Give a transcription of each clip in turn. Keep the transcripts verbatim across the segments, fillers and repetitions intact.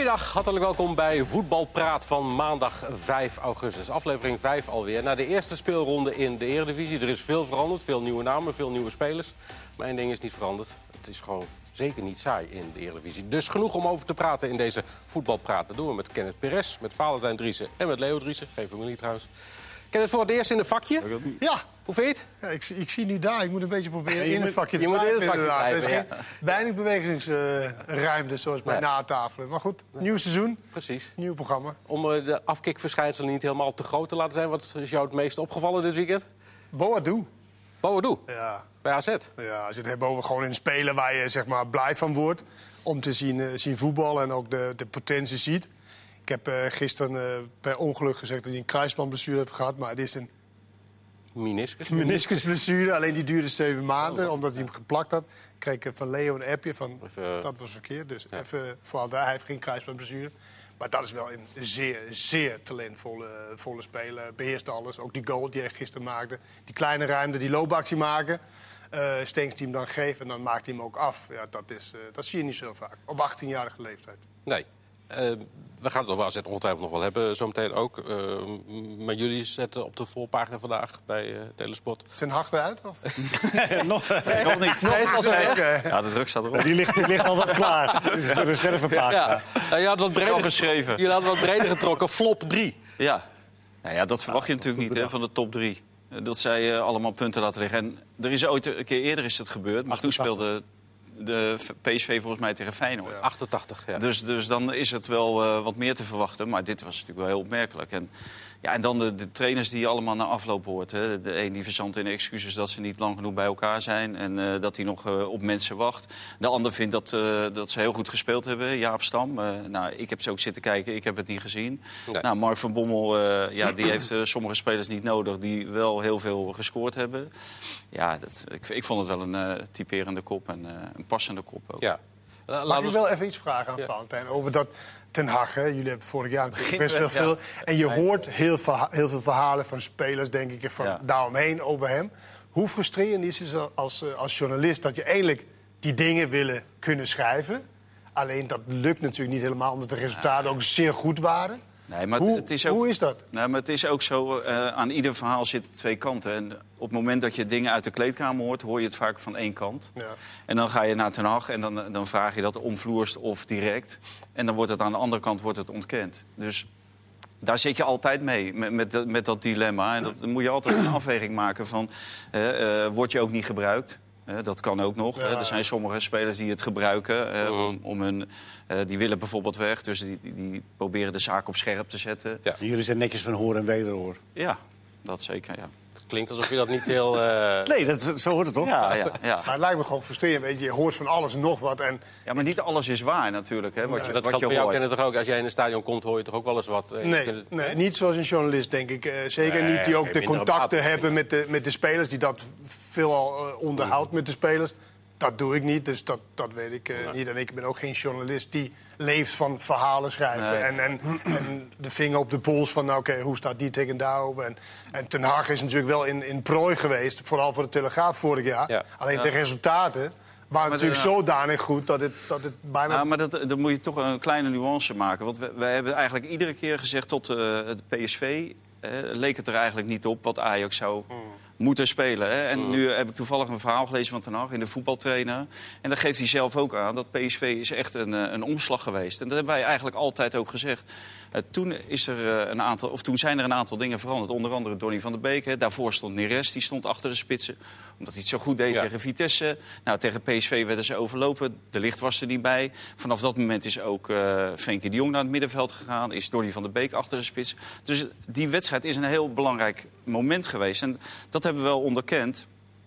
Goeiedag, hartelijk welkom bij Voetbalpraat van maandag vijf augustus. Aflevering vijf alweer. Na de eerste speelronde in de Eredivisie. Er is veel veranderd, veel nieuwe namen, veel nieuwe spelers. Maar één ding is niet veranderd. Het is gewoon zeker niet saai in de Eredivisie. Dus genoeg om over te praten in deze Voetbalpraat. Dat doen we met Kenneth Perez, met Valentijn Driessen en met Leo Driessen. Geen familie trouwens. Kenneth, voor het eerst in een vakje. Ja. Hoe vind je het? Ja, ik, ik zie nu daar. Ik moet een beetje proberen Ja, in moet, een vakje te je moet blijven. in het vakje blijven, Er is ja. geen weinig bewegingsruimte, zoals bij Nee. natafelen. Maar goed, nieuw seizoen, Precies. nieuw programma. Om uh, de afkikverschijnselen niet helemaal te groot te laten zijn. Wat is jou het meest opgevallen dit weekend? Boadu. Boadu, Ja. bij A Z. Ja, als je het hebt over gewoon een speler waar je zeg maar, blij van wordt. Om te zien, uh, zien voetballen en ook de, de potentie ziet. Ik heb uh, gisteren uh, per ongeluk gezegd dat hij een kruisbandblessure heeft gehad. Maar het is een Meniscus. meniscusblessure. Alleen die duurde zeven maanden, omdat hij hem geplakt had. Kreeg ik van Leo een appje van, Even, dat was verkeerd. Dus ja. even vooral daar, hij heeft geen kruisbandblessure. Maar dat is wel een zeer, zeer talentvolle volle speler. Beheerst alles. Ook die goal die hij gisteren maakte. Die kleine ruimte, die loopactie maken. Uh, Stenks die hem dan geeft en dan maakt hij hem ook af. Ja, dat, is, uh, dat zie je niet zo vaak. Op achttienjarige leeftijd. Nee. Uh, we gaan het over A Z ongetwijfeld nog wel hebben, zometeen ook. Uh, maar jullie zetten op de voorpagina vandaag bij uh, Telesport. Zijn hart eruit? Of? nog, Nee, nog niet. Nee, is het al zo erg? Okay. Ja, de druk staat erop. Die ligt, die ligt altijd klaar. Dat is de reservepagina. Ja. Nou, je had wat breder geschreven. Jullie hadden wat breder getrokken. Flop drie. Ja. Nou ja, dat verwacht je natuurlijk niet hè, van de top drie. Dat zij uh, allemaal punten laten liggen. En er is ooit een keer eerder is het gebeurd. Maar toen speelde de P S V volgens mij tegen Feyenoord. achtentachtig, ja. Dus, dus dan is het wel uh, wat meer te verwachten. Maar dit was natuurlijk wel heel opmerkelijk. En, ja, en dan de, de trainers die je allemaal na afloop hoort. Hè. De een die verzandt in excuses dat ze niet lang genoeg bij elkaar zijn. En uh, dat hij nog uh, op mensen wacht. De ander vindt dat, uh, dat ze heel goed gespeeld hebben. Jaap Stam. Uh, nou, ik heb ze ook zitten kijken. Ik heb het niet gezien. Nee. Nou, Mark van Bommel uh, ja, die heeft uh, sommige spelers niet nodig. Die wel heel veel gescoord hebben. Ja, dat, ik, ik vond het wel een uh, typerende kop. En uh, een passende kop ook. Ja. Uh, Mag ik wel even iets vragen aan ja. Valentijn over dat Ten Hag? Hè? Jullie hebben vorig jaar natuurlijk best wel veel. Ja. En je hoort heel, verha- heel veel verhalen van spelers, denk ik, van ja. daaromheen over hem. Hoe frustrerend is het als, als journalist dat je eigenlijk die dingen willen kunnen schrijven? Alleen dat lukt natuurlijk niet helemaal, omdat de resultaten ja. ook zeer goed waren. Nee, maar hoe, het is ook, hoe is dat? Nee, maar het is ook zo, uh, aan ieder verhaal zitten twee kanten. En op het moment dat je dingen uit de kleedkamer hoort, hoor je het vaak van één kant. Ja. En dan ga je naar Ten Hag en dan, dan vraag je dat omvloerst of direct. En dan wordt het aan de andere kant wordt het ontkend. Dus daar zit je altijd mee, met, met, met dat dilemma. En dat, dan moet je altijd een afweging maken van, uh, uh, word je ook niet gebruikt? Uh, dat kan ook nog. Ja, er zijn sommige spelers die het gebruiken. Uh, om, om hun, uh, die willen bijvoorbeeld weg. Dus die, die proberen de zaak op scherp te zetten. Ja. Jullie zijn netjes van hoor en wederhoor. Ja, dat zeker, ja. Het klinkt alsof je dat niet heel... Uh... Nee, dat, zo hoort het toch? Ja, ja, ja. Maar het lijkt me gewoon frustrerend. Weet je, je hoort van alles en nog wat. En... Ja, maar niet alles is waar natuurlijk. Hè, wat ja, je, dat wat geldt je voor jou, hoort. Kennen toch ook. Als jij in een stadion komt, hoor je toch ook wel eens wat. Nee, het... nee niet zoals een journalist, denk ik. Uh, zeker nee, niet die ook de contacten baat, hebben met de, met de spelers. Die dat veelal uh, onderhoudt mm. met de spelers. Dat doe ik niet, dus dat, dat weet ik uh, ja. niet. En ik ben ook geen journalist die leeft van verhalen schrijven. Nee. En, en, en de vinger op de pols van, nou, oké, okay, hoe staat die tegen daarover? En, en Ten Hag is natuurlijk wel in, in prooi geweest. Vooral voor de Telegraaf vorig jaar. Ja. Alleen ja. de resultaten waren maar natuurlijk de, ja. zodanig goed dat het, dat het bijna... Ja, maar dat, dan moet je toch een kleine nuance maken. Want we, wij hebben eigenlijk iedere keer gezegd tot uh, de P S V... Uh, leek het er eigenlijk niet op wat Ajax zou... Mm. moeten spelen. Hè? En mm. nu heb ik toevallig een verhaal gelezen van Ten Hag in de voetbaltrainer. En daar geeft hij zelf ook aan dat P S V is echt een, een omslag geweest. En dat hebben wij eigenlijk altijd ook gezegd. Uh, toen, is er, uh, een aantal, of toen zijn er een aantal dingen veranderd. Onder andere Donny van der Beek. Hè. Daarvoor stond Neres, die stond achter de spitsen. Omdat hij het zo goed deed ja. tegen Vitesse. Nou, tegen P S V werden ze overlopen. De Ligt was er niet bij. Vanaf dat moment is ook uh, Frenkie de Jong naar het middenveld gegaan. Is Donny van der Beek achter de spits. Dus die wedstrijd is een heel belangrijk moment geweest. En dat hebben we wel onderkend.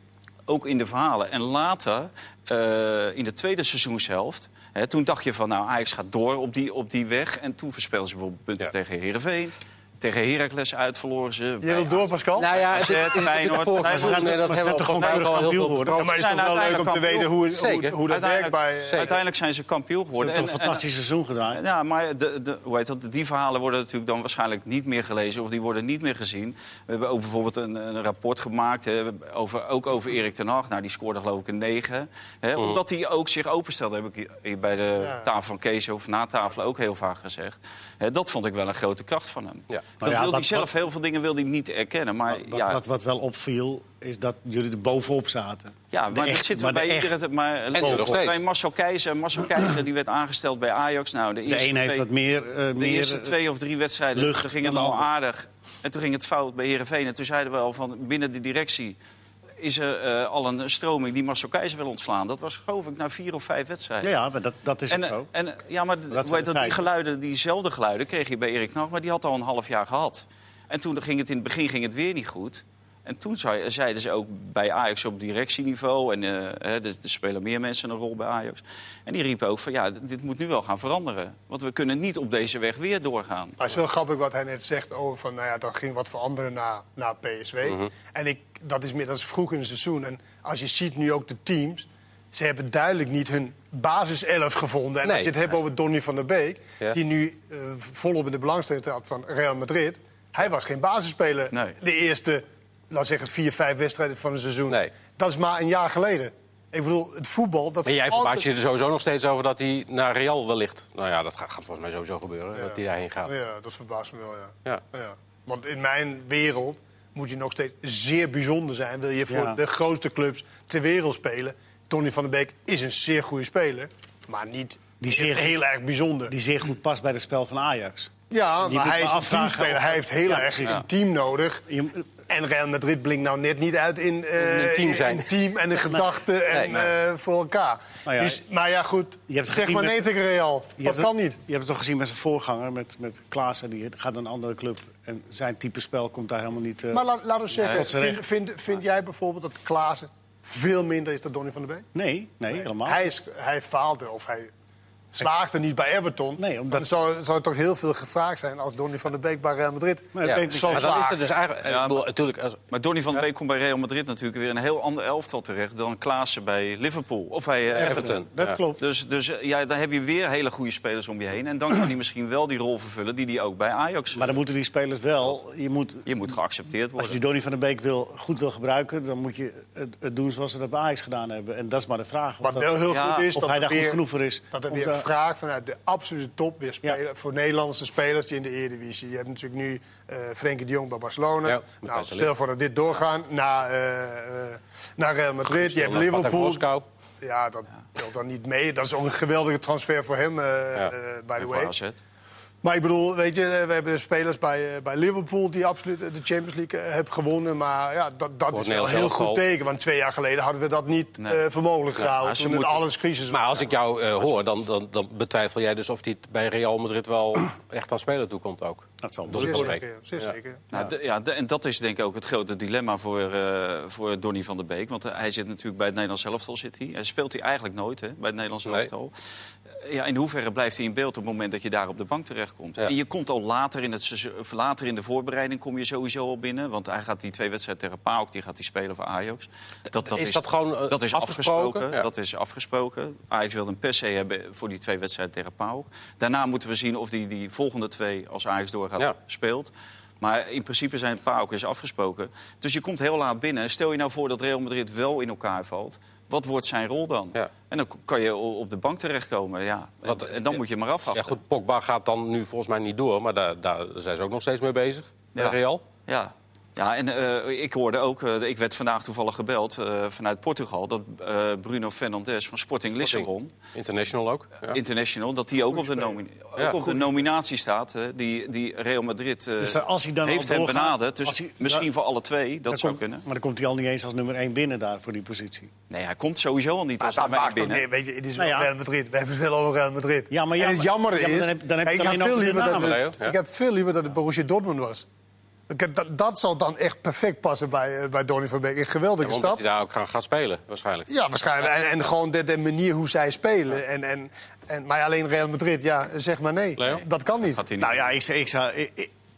Ook in de verhalen. En later, uh, in de tweede seizoenshelft... Hè, toen dacht je van, nou, Ajax gaat door op die, op die weg. En toen verspeelden ze bijvoorbeeld punten ja. tegen Heerenveen... tegen Heracles uit verloren ze. Je wilt door, Pascal? Nou ja, het is natuurlijk vorig Nee, seizoen, maar en dat maar hebben we ze zijn volgens mij toch ook al heel kampioen veel worden? Ja, besproken. maar het is toch wel leuk om te weten hoe, hoe, Zeker. hoe dat werkt bij... Zeker. Uiteindelijk zijn ze kampioen Ze geworden. hebben toch een fantastisch seizoen gedraaid. Ja, maar de, de, hoe heet dat, die verhalen worden natuurlijk dan waarschijnlijk niet meer gelezen of die worden niet meer gezien. We hebben ook bijvoorbeeld een, een rapport gemaakt hè, over, ook over Erik ten Hag. Nou, die scoorde geloof ik een negen. Hè, Mm. Omdat hij ook zich openstelde, heb ik hier- hier bij de Ja. tafel van Kees of na tafel ook heel vaak gezegd. Hè, dat vond ik wel een grote kracht van hem. Ja. Dat Nou ja, wil hij wat- zelf, wat- heel veel dingen wil hij niet erkennen. Maar Wat, ja, wat, wat wel opviel, is dat jullie er bovenop zaten. ja, De maar echt- dat zitten we maar de bij echt- iedere... Maar, En nu nog steeds. bij Marcel Keizer. Marcel Keizer die werd aangesteld bij Ajax. Nou, de De eerste een heeft twee- wat meer... eh, De meer eerste eh, twee of drie wedstrijden lucht toen ging het dan de al andere. aardig. En toen ging het fout bij Heerenveen. En toen zeiden we al van binnen de directie is er eh, al een stroming die Marcel Keizer wil ontslaan. Dat was geloof ik na vier of vijf wedstrijden. Ja, ja, maar dat, dat is En, ook zo. en, ja, maar zijn hoe heet de dat, die feiten. geluiden, diezelfde geluiden kreeg je bij Erik Nag, maar die had al een half jaar gehad. En toen ging het in het begin ging het weer niet goed. En toen zei- zeiden ze ook bij Ajax op directieniveau, en eh, hè, er, er spelen meer mensen een rol bij Ajax. En die riepen ook van ja, dit moet nu wel gaan veranderen. Want we kunnen niet op deze weg weer doorgaan. Maar het is wel grappig wat hij net zegt over van, nou ja, dat ging wat veranderen na, na P S V. En ik, dat, is meer, dat is vroeg in het seizoen. En als je ziet nu ook de teams, ze hebben duidelijk niet hun basiself gevonden. En Nee. als je het hebt over Donny van der Beek, Ja. die nu uh, volop in de belangstelling had van Real Madrid. Hij was geen basisspeler Nee. de eerste, laat zeggen, vier, vijf wedstrijden van een seizoen. Nee. Dat is maar een jaar geleden. Ik bedoel, het voetbal... Dat Maar jij altijd- verbaast je er sowieso nog steeds over dat hij naar Real wellicht... Nou ja, dat gaat, gaat volgens mij sowieso gebeuren, dat hij daarheen gaat. Ja, dat verbaast me wel, ja. Ja. Ja. Want in mijn wereld moet je nog steeds zeer bijzonder zijn. Wil je voor Ja. de grootste clubs ter wereld spelen. Donny van der Beek is een zeer goede speler, maar niet Die zeer- heel erg bijzonder. Die zeer goed past bij het spel van Ajax. ja, die maar moet hij me is een afvragen teamspeler. of- Hij heeft heel Ja, erg precies. een team nodig. Je- En Real Madrid blinkt nou net niet uit in eh, Een team zijn. een team en een gedachte en, Nee. eh, voor elkaar. Nou ja, dus, maar ja, goed. je hebt het Zeg gezien maar met- nee tegen Real. Je Dat hebt kan het- niet. Je hebt het toch gezien met zijn voorganger, met, met Klaassen. Die gaat naar een andere club. En zijn type spel komt daar helemaal niet... eh, Maar laat, laten we zeggen, tot zijn vind, recht. vind, vind jij bijvoorbeeld dat Klaassen veel minder is dan Donny van der Beek? Nee, nee, helemaal. Hij, is, hij faalde of hij slaagde niet bij Everton. Nee, omdat- Dan zou, zou het toch heel veel gevraagd zijn als Donny van der Beek bij Real Madrid. Maar Ja. dat denk ik- Zal Maar dan is slagen. het dus eigenlijk... Ja, ik bedoel, maar- natuurlijk, als- Maar Donny van der Beek komt bij Real Madrid natuurlijk weer een heel ander elftal terecht dan Klaassen bij Liverpool of bij eh, Everton. Everton. Dat Ja. klopt. Dus, dus eh, ja, dan heb je weer hele goede spelers om je heen. En dan kan hij misschien wel die rol vervullen die hij ook bij Ajax... Maar dan moeten die spelers wel... Je moet, Je moet geaccepteerd als worden. je Donny van der Beek wil, goed wil gebruiken... dan moet je het, het doen zoals ze dat bij Ajax gedaan hebben. En dat is maar de vraag. Of, Wat dat- wel heel Ja, goed is, of dat hij er daar goed weer, genoeg voor is. dat er Om weer daar- vraag vanuit de absolute top weer spelen Ja. voor Nederlandse spelers die in de Eredivisie. Je hebt natuurlijk nu eh Frenkie de Jong bij Barcelona. Ja, nou, Matthijs de stel Ligt. voor dat dit doorgaan naar, eh, eh, naar Real Madrid. Je hebt Spartak Liverpool. Moskou. Ja, dat telt dan niet mee. Dat is ook een geweldige transfer voor hem, eh Ja. eh, by En the voor way. A Z. Maar ik bedoel, weet je, we hebben spelers bij, eh, bij Liverpool die absoluut de Champions League eh, hebben gewonnen. Maar ja, dat, dat het is wel Nederlands heel elftal. goed teken. Want twee jaar geleden hadden we dat niet Nee. eh, voor mogelijk gehouden. maar ze toen het moeten- alles crisis was. Maar als ik jou eh, hoor, dan, dan, dan betwijfel jij dus of hij het bij Real Madrid wel echt aan spelen toekomt ook. Dat zal Door Zeer de zeker, Beek. zeer Ja. zeker. Nou, de- ja, de- en dat is denk ik ook het grote dilemma voor, eh, voor Donny van der Beek. Want hij zit natuurlijk bij het Nederlands elftal. Zit hij. Hij speelt hij eigenlijk nooit hè, bij het Nederlands Nee. elftal. Ja, in hoeverre blijft hij in beeld op het moment dat je daar op de bank terechtkomt? Ja. En je komt al later in, het, seizoen- of later in de voorbereiding kom je sowieso al binnen. Want hij gaat die twee wedstrijden tegen PAOK, die gaat hij spelen voor Ajax. Dat, dat Is dat gewoon, eh, dat is afgesproken? afgesproken? Ja. Dat is afgesproken. Ajax wil hem per se hebben voor die twee wedstrijden tegen PAOK. Daarna moeten we zien of hij die, die volgende twee, als Ajax doorgaat, Ja. speelt. Maar in principe zijn PAOK is afgesproken. Dus je komt heel laat binnen. Stel je nou voor dat Real Madrid wel in elkaar valt. Wat wordt zijn rol dan? Ja. En dan kan je o- op de bank terechtkomen. Ja. En, Wat- en dan moet je maar afwachten. Ja goed, Pogba gaat dan nu volgens mij niet door, maar daar, daar zijn ze ook nog steeds mee bezig. Bij Ja. Real. Ja. Ja, en eh, ik hoorde ook, eh, ik werd vandaag toevallig gebeld eh, vanuit Portugal... dat eh, Bruno Fernandes van Sporting Lissabon, International ook. Ja. international... dat die ook, op de, speler. nomi- Ja, ook op de goed. nominatie staat. Hè, die, die Real Madrid eh, Dus als hij dan heeft al hem doorgaat, benaderd. Dus als hij- misschien ja, voor alle twee, dat dan zou komt- kunnen. Maar dan komt hij al niet eens als nummer één binnen daar voor die positie. Nee, hij komt sowieso al niet Maar als dat nummer één maakt toch binnen. niet, weet je, het is Nou wel ja. Real Madrid. We hebben het wel over Real Madrid. Ja, maar ja, en het maar- jammer ja, maar is, dan heb- dan heb je ik, het had alleen veel over de liever dat namen, het, Leo, ja. ik heb veel liever dat het Borussia Dortmund was. Ik- Dat, dat zal dan echt perfect passen bij, eh, bij Donny van Beek. Een geweldige Omdat stap. hij daar ook gaat, gaat spelen, waarschijnlijk. Ja, waarschijnlijk. En, en gewoon de, de manier hoe zij spelen. En, en, en, maar alleen Real Madrid, ja, zeg maar nee. Leo? Dat kan niet. Gaat hij niet. Nou ja, ik, zou- ik, zou, ik, ik-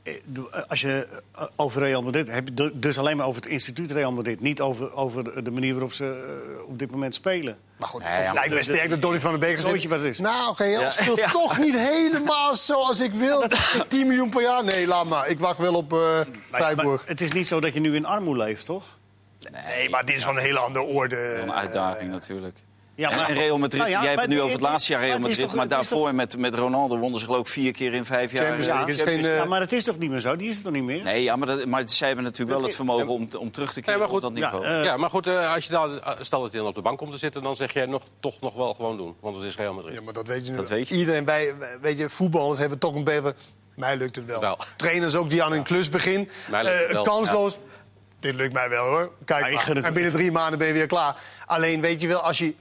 als je over Real Madrid... heb je dus alleen maar over het instituut Real Madrid. Niet over, over de manier waarop ze uh, op dit moment spelen. Maar goed, Nee, ja, het lijkt me sterk dat Donny van der Beek Weet je gezegd... wat het is? Nou, G L Ja. speelt Ja. toch niet helemaal zoals ik wil. tien miljoen per jaar? Nee, laat maar. Ik wacht wel op uh, Freiburg. Maar het is niet zo dat je nu in armoede leeft, toch? Nee, maar dit is van een hele andere orde. Een uitdaging natuurlijk. Ja, En Real Madrid, Nou ja, jij hebt maar het nu het- over het laatste jaar Real maar het is Madrid. toch- Maar het is daarvoor met, met Ronaldo wonnen ze geloof ik vier keer in vijf jaar. Champions eh, League is Champions geen, League. uh, Ja, maar het is toch niet meer zo? Die is het toch niet meer? Nee, ja, maar, dat, maar zij hebben natuurlijk wel het vermogen om, om terug te keren maar goed, op dat ja, niveau. eh, Ja, maar goed, uh, als je dan, uh, stel dat hij dan op de bank komt te zitten... dan zeg jij nog, toch nog wel gewoon doen. Want het is Real Madrid. Ja, maar dat weet je nu. Dat weet je. Iedereen bij, weet je, voetballers hebben toch een beetje... Mij lukt het wel. Wel. Trainers ook die aan hun klus beginnen. Mij lukt het Uh, wel. kansloos. Dit lukt mij wel, hoor. Kijk Ja, ik maar. gun het- En binnen drie maanden ben je weer klaar. Alleen, weet je wel, als je...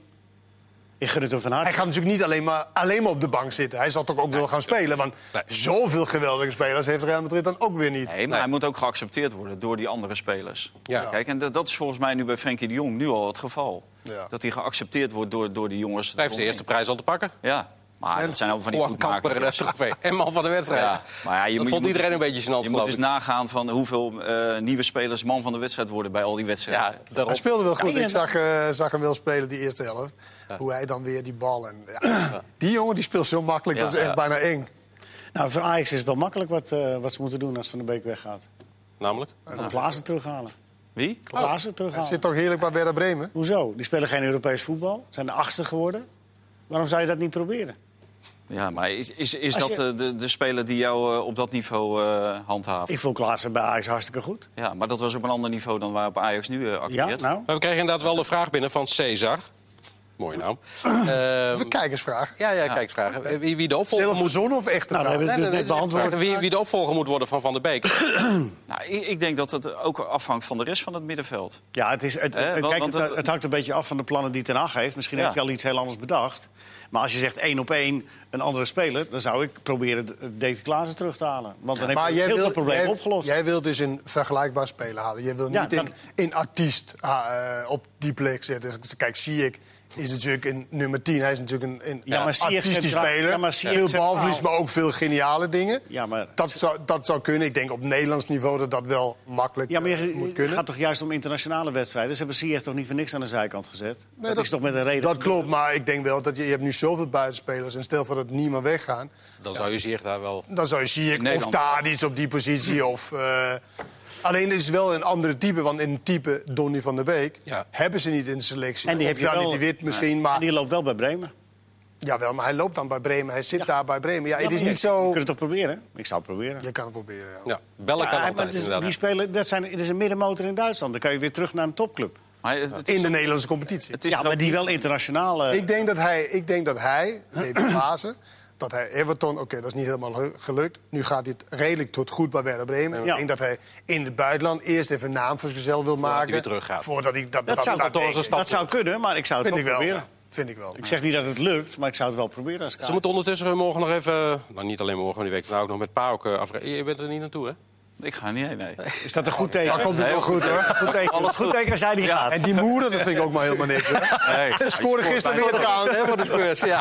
Ik gun het hem van harte. Hij gaat natuurlijk niet alleen maar, alleen maar op de bank zitten. Hij zal toch ook wel gaan spelen. Want Nee. zoveel geweldige spelers heeft Real Madrid dan ook weer niet. Nee, maar Nee. hij moet ook geaccepteerd worden door die andere spelers. Ja. Kijk, en dat, dat is volgens mij nu bij Frenkie de Jong nu al het geval. Ja. Dat hij geaccepteerd wordt door, door die jongens. Hij heeft de eerste prijs al te pakken. Ja, maar dat zijn ook van die Juan Camper, goedmakers. uh, trofee. En man van de wedstrijd. Ja, maar ja, je dat moet, vond je iedereen moet, een beetje gênant, Je moet geloof dus ik. nagaan van hoeveel uh, nieuwe spelers man van de wedstrijd worden bij al die wedstrijden. Ja, daarom. Hij speelde wel goed. Ja, ja. Ik zag, uh, zag hem wel spelen die eerste helft. Hoe hij dan weer die bal... En, ja. Die jongen die speelt zo makkelijk, Ja, dat is echt ja. bijna eng. Nou, voor Ajax is het wel makkelijk wat, uh, wat ze moeten doen als Van der Beek weggaat. Namelijk? Om Klaassen terughalen. Wie? Klaassen Hij terughalen. zit toch heerlijk bij Werder Bremen? Hoezo? Die spelen geen Europees voetbal. Zijn de achtste geworden. Waarom zou je dat niet proberen? Ja, maar is, is, is Als dat je- uh, de, de speler die jou uh, op dat niveau uh, handhaaft? Ik vond Klaassen bij Ajax hartstikke goed. Ja, maar dat was op een ander niveau dan waarop Ajax nu uh, Ja, acteert. nou. Maar we kregen inderdaad wel de vraag binnen van Cesar. Mooie naam. Ehm, Een kijkersvraag. ja, ja, kijk eens vragen. Wie, wie de opvolger Zelf moet... verzonnen of echt? Nou, we hebben het Nee, dus nee, net nee, beantwoord. Wie, wie de opvolger moet worden van Van der Beek. Nou, ik, ik denk dat het ook afhangt van de rest van het middenveld. Ja, het, is, het, Eh, het- want- kijk, want het, het- het hangt een beetje af van de plannen die Ten Hag heeft. Misschien Ja. heeft hij al iets heel anders bedacht. Maar als je zegt één op één een andere speler... dan zou ik proberen de- Davy Klaassen terug te halen. Want dan heb Maar je jij heel wil, veel problemen jij, opgelost. jij wilt dus een vergelijkbaar speler halen. Je wil Ja, niet in, dan- in artiest ah, eh, op die plek zetten. Dus kijk, Ziyech is natuurlijk een nummer tien. Hij is natuurlijk een, een Ja, maar Ziyech artistisch centraal- speler. ja, maar Ziyech veel centraal. balverlies, maar ook veel geniale dingen. Ja, maar, Dat zou, dat zou kunnen. Ik denk op Nederlands niveau dat dat wel makkelijk ja, maar eh, je, moet het kunnen. gaat toch juist om internationale wedstrijden? Ze hebben Ziyech toch niet voor niks aan de zijkant gezet? Nee, dat, is toch met een reden. Dat klopt, maar ik denk wel dat je, je hebt nu zoveel buitenspelers. En stel voor dat niemand weggaan. Dan zou je zich daar wel... Dan zou je Ziyech of Nederland. Tadic op die positie. Of, eh, alleen het is wel een andere type. Want in type Donny van der Beek Ja. hebben ze niet in de selectie. En die Of heb je Danny wel- de Wit misschien. En Maar, die loopt wel bij Bremen. jawel, maar hij loopt dan bij Bremen. Hij zit daar bij Bremen. Ja, Ja, het is maar niet je- zo... Je kunt het toch proberen? Ik zou het proberen. Je kan het proberen, ja. Ja, bellen Ja, kan maar altijd, het is, inderdaad. die spelen, dat, zijn, het is een middenmotor in Duitsland. Dan kan je weer terug naar een topclub. Maar het, het is, In de Nederlandse competitie. het is Ja, toch maar ook die niet- wel internationaal... eh, Ik denk dat hij, ik denk dat hij, David Klaassen, dat hij Everton, oké, dat is niet helemaal ge- gelukt. Nu gaat hij het redelijk tot goed bij Werder Bremen. Ja. Ik denk dat hij in het buitenland eerst even een naam voor zichzelf wil hij maken. weer teruggaat. Voordat hij dat, dat, zou, dat, toch als een stap dat zou kunnen, maar ik zou het vind toch ik wel. proberen. Vind ik wel. Ik zeg niet dat het lukt, maar ik zou het wel proberen als Ze kaart. moeten ondertussen morgen nog even... Nou, niet alleen morgen, maar die week nou ook nog met Pa ook uh, afrekenen. Je bent er niet naartoe, hè? Ik ga niet heen, nee. Is dat een goed teken? Dan komt het wel goed, hoor. Goed teken, goed teken als hij niet gaat. En die moeder, dat vind ik ook maar helemaal niks. Hè. nee. Hij scoorde gisteren weer trouwens. Hè, voor de Spurs, ja.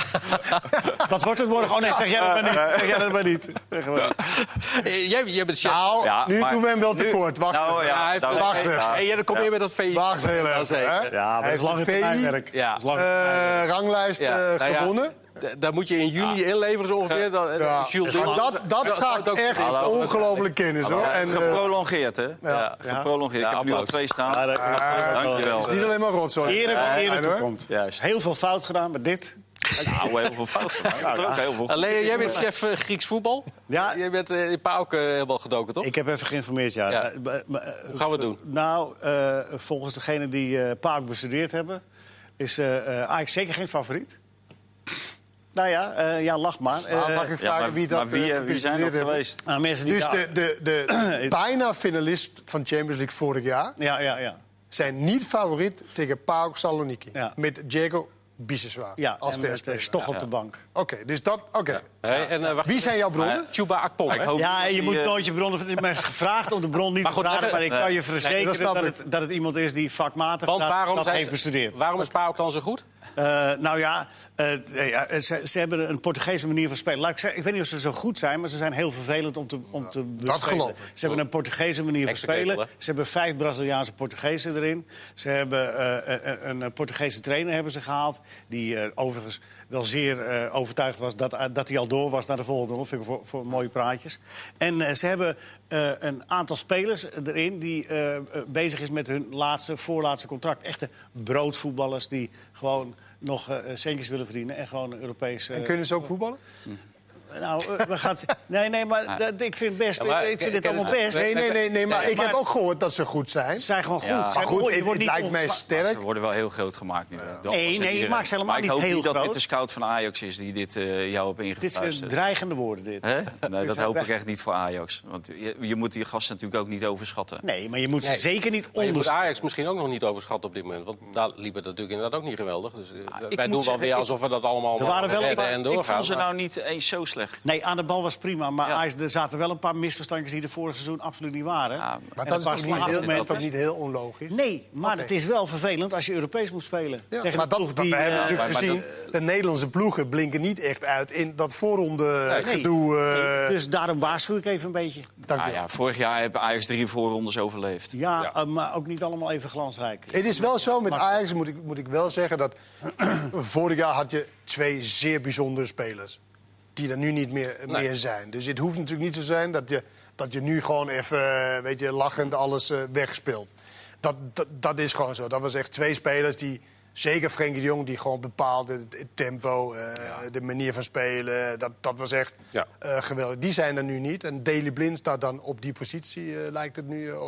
Wat wordt het morgen? Oh nee, zeg jij dat maar niet. Zeg jij dat maar niet. Zeg maar. Eh, Jij, jij bent chef. Nou, Ja, nu maar- doen we hem wel nu- tekort. Wacht Nou, even. ja, hij heeft, nou, wacht eh, even. eh, en jij, dan kom je met dat V I. Wacht heel even. Ja, zeker. hè. Ja, maar Hij dat is lang heeft in de V I, termijnwerk. Ja. Dat is lang in eh, termijnwerk. ranglijst Ja, eh, nou ja, gewonnen. d- Daar moet je in juni inleveren zo ongeveer. Dan, eh, Ja. Jules Maar Dillon- dat, dat zou gaat het ook echt kunnen. ongelooflijk kennis, hoor. En, eh, Geprolongeerd, hè? Ja. Geprolongeerd. Ja, Ik heb nu al applaus. twee staan. Ja, dat- Dankjewel. het is niet alleen maar rotzooi. Ere van ere hoor. toekomt. Juist. Heel veel fout gedaan met dit. Nou, heel veel fout gedaan. Ik heb er ook heel veel. Alleen, jij bent chef eh, Grieks voetbal. Ja. Jij bent uh, in Pa ook eh, helemaal gedoken, toch? Ik heb even geïnformeerd, ja. Ja. Eh, maar- maar, eh, Hoe gaan we het doen? Nou, eh, volgens degene die uh, Paak bestudeerd hebben... is eh, eh, Ajax zeker geen favoriet. Nou ja, eh, ja, lach maar. Nou, Eh, mag ik Ja, vragen maar, wie dat maar wie, eh, wie zijn gepresenteerd dat hebben? geweest? nou, mensen die Dus daar- de, de, de bijna finalist van Champions League vorig jaar... Ja, ja, ja. zijn niet favoriet tegen PAOK Saloniki. Ja. Met Diego Biseswar Ja, als en de met speler. uh, Stoch ja. op de bank. Oké, okay, dus dat... Oké. Okay. Ja. Hey, en, uh, wacht, wie zijn jouw bronnen? Uh, Chuba Akpom. Ja, je moet nooit je bronnen... Maar is gevraagd om de bron niet maar goed, te vragen, maar ik kan je verzekeren nee, dat, dat, het, dat het iemand is die vakmatig Want dat, waarom dat heeft ze, bestudeerd. Waarom is PAOK dan zo goed? Uh, nou ja, uh, ja ze, ze hebben een Portugese manier van spelen. Laat ik, zeggen, ik weet niet of ze zo goed zijn, maar ze zijn heel vervelend om te, om te ja, Dat geloof ik. Ze hebben een Portugese manier van spelen. Ketel, ze hebben vijf Braziliaanse Portugezen erin. Ze hebben uh, een, een Portugese trainer hebben ze gehaald, die uh, overigens wel zeer uh, overtuigd was dat, uh, dat hij al door was naar de volgende ronde. Vind ik voor, voor mooie praatjes. En uh, ze hebben uh, een aantal spelers erin die uh, uh, bezig is met hun laatste, voorlaatste contract. Echte broodvoetballers die gewoon nog uh, centjes willen verdienen en gewoon een Europees... Uh, en kunnen ze ook voetballen? Hm. Nou, we gaan... Nee, nee, maar ja. dat, ik vind best. Ja, maar, ik vind het allemaal best. Nee, nee, nee, nee maar nee, ik maar, heb ook gehoord dat ze goed zijn. Ze zijn gewoon goed. Ja. Maar goed, het, het lijkt mij sterk. Ze worden wel heel groot gemaakt nu. Ja. Nee, nee, ik maak ze helemaal niet heel groot. Ik hoop niet dat dit de scout van Ajax is die dit uh, jou op ingefluisterd. Dit zijn dreigende woorden, dit. Hè? Nee, dat hoop ik echt niet voor Ajax. Want je, je moet die gasten natuurlijk ook niet overschatten. Nee, maar je moet ze nee. zeker niet onderschatten. Je moet Ajax misschien ook nog niet overschatten op dit moment. Want daar liep het natuurlijk inderdaad ook niet geweldig. Dus uh, wij doen wel weer alsof we dat allemaal redden en doorgaan. Ik vond ze nou niet eens zo slecht. Nee, aan de bal was prima, maar ja. er zaten wel een paar misverstandjes die er vorig seizoen absoluut niet waren. Ja, maar dat is, toch niet heel, dat is toch niet heel onlogisch? Nee, maar okay. het is wel vervelend als je Europees moet spelen. Ja, tegen maar dat, die, we uh, hebben natuurlijk maar, gezien, maar dat, de Nederlandse ploegen blinken niet echt uit in dat voorronde nee, gedoe. Uh... Nee, dus daarom waarschuw ik even een beetje. Dank ah, ja, vorig jaar hebben Ajax drie voorrondes overleefd. Ja, ja. Uh, maar ook niet allemaal even glansrijk. Het is wel zo, met Ajax moet ik, moet ik wel zeggen dat vorig jaar had je twee zeer bijzondere spelers. Die er nu niet meer, nee. meer zijn. Dus het hoeft natuurlijk niet te zijn dat je, dat je nu gewoon even weet je, lachend alles uh, wegspeelt. Dat, dat, dat is gewoon zo. Dat was echt twee spelers die, zeker Frenkie de Jong, die gewoon bepaalde het tempo, uh, ja. de manier van spelen. Dat, dat was echt ja. uh, geweldig. Die zijn er nu niet. En Daley Blind staat dan op die positie, uh, lijkt het nu. Uh,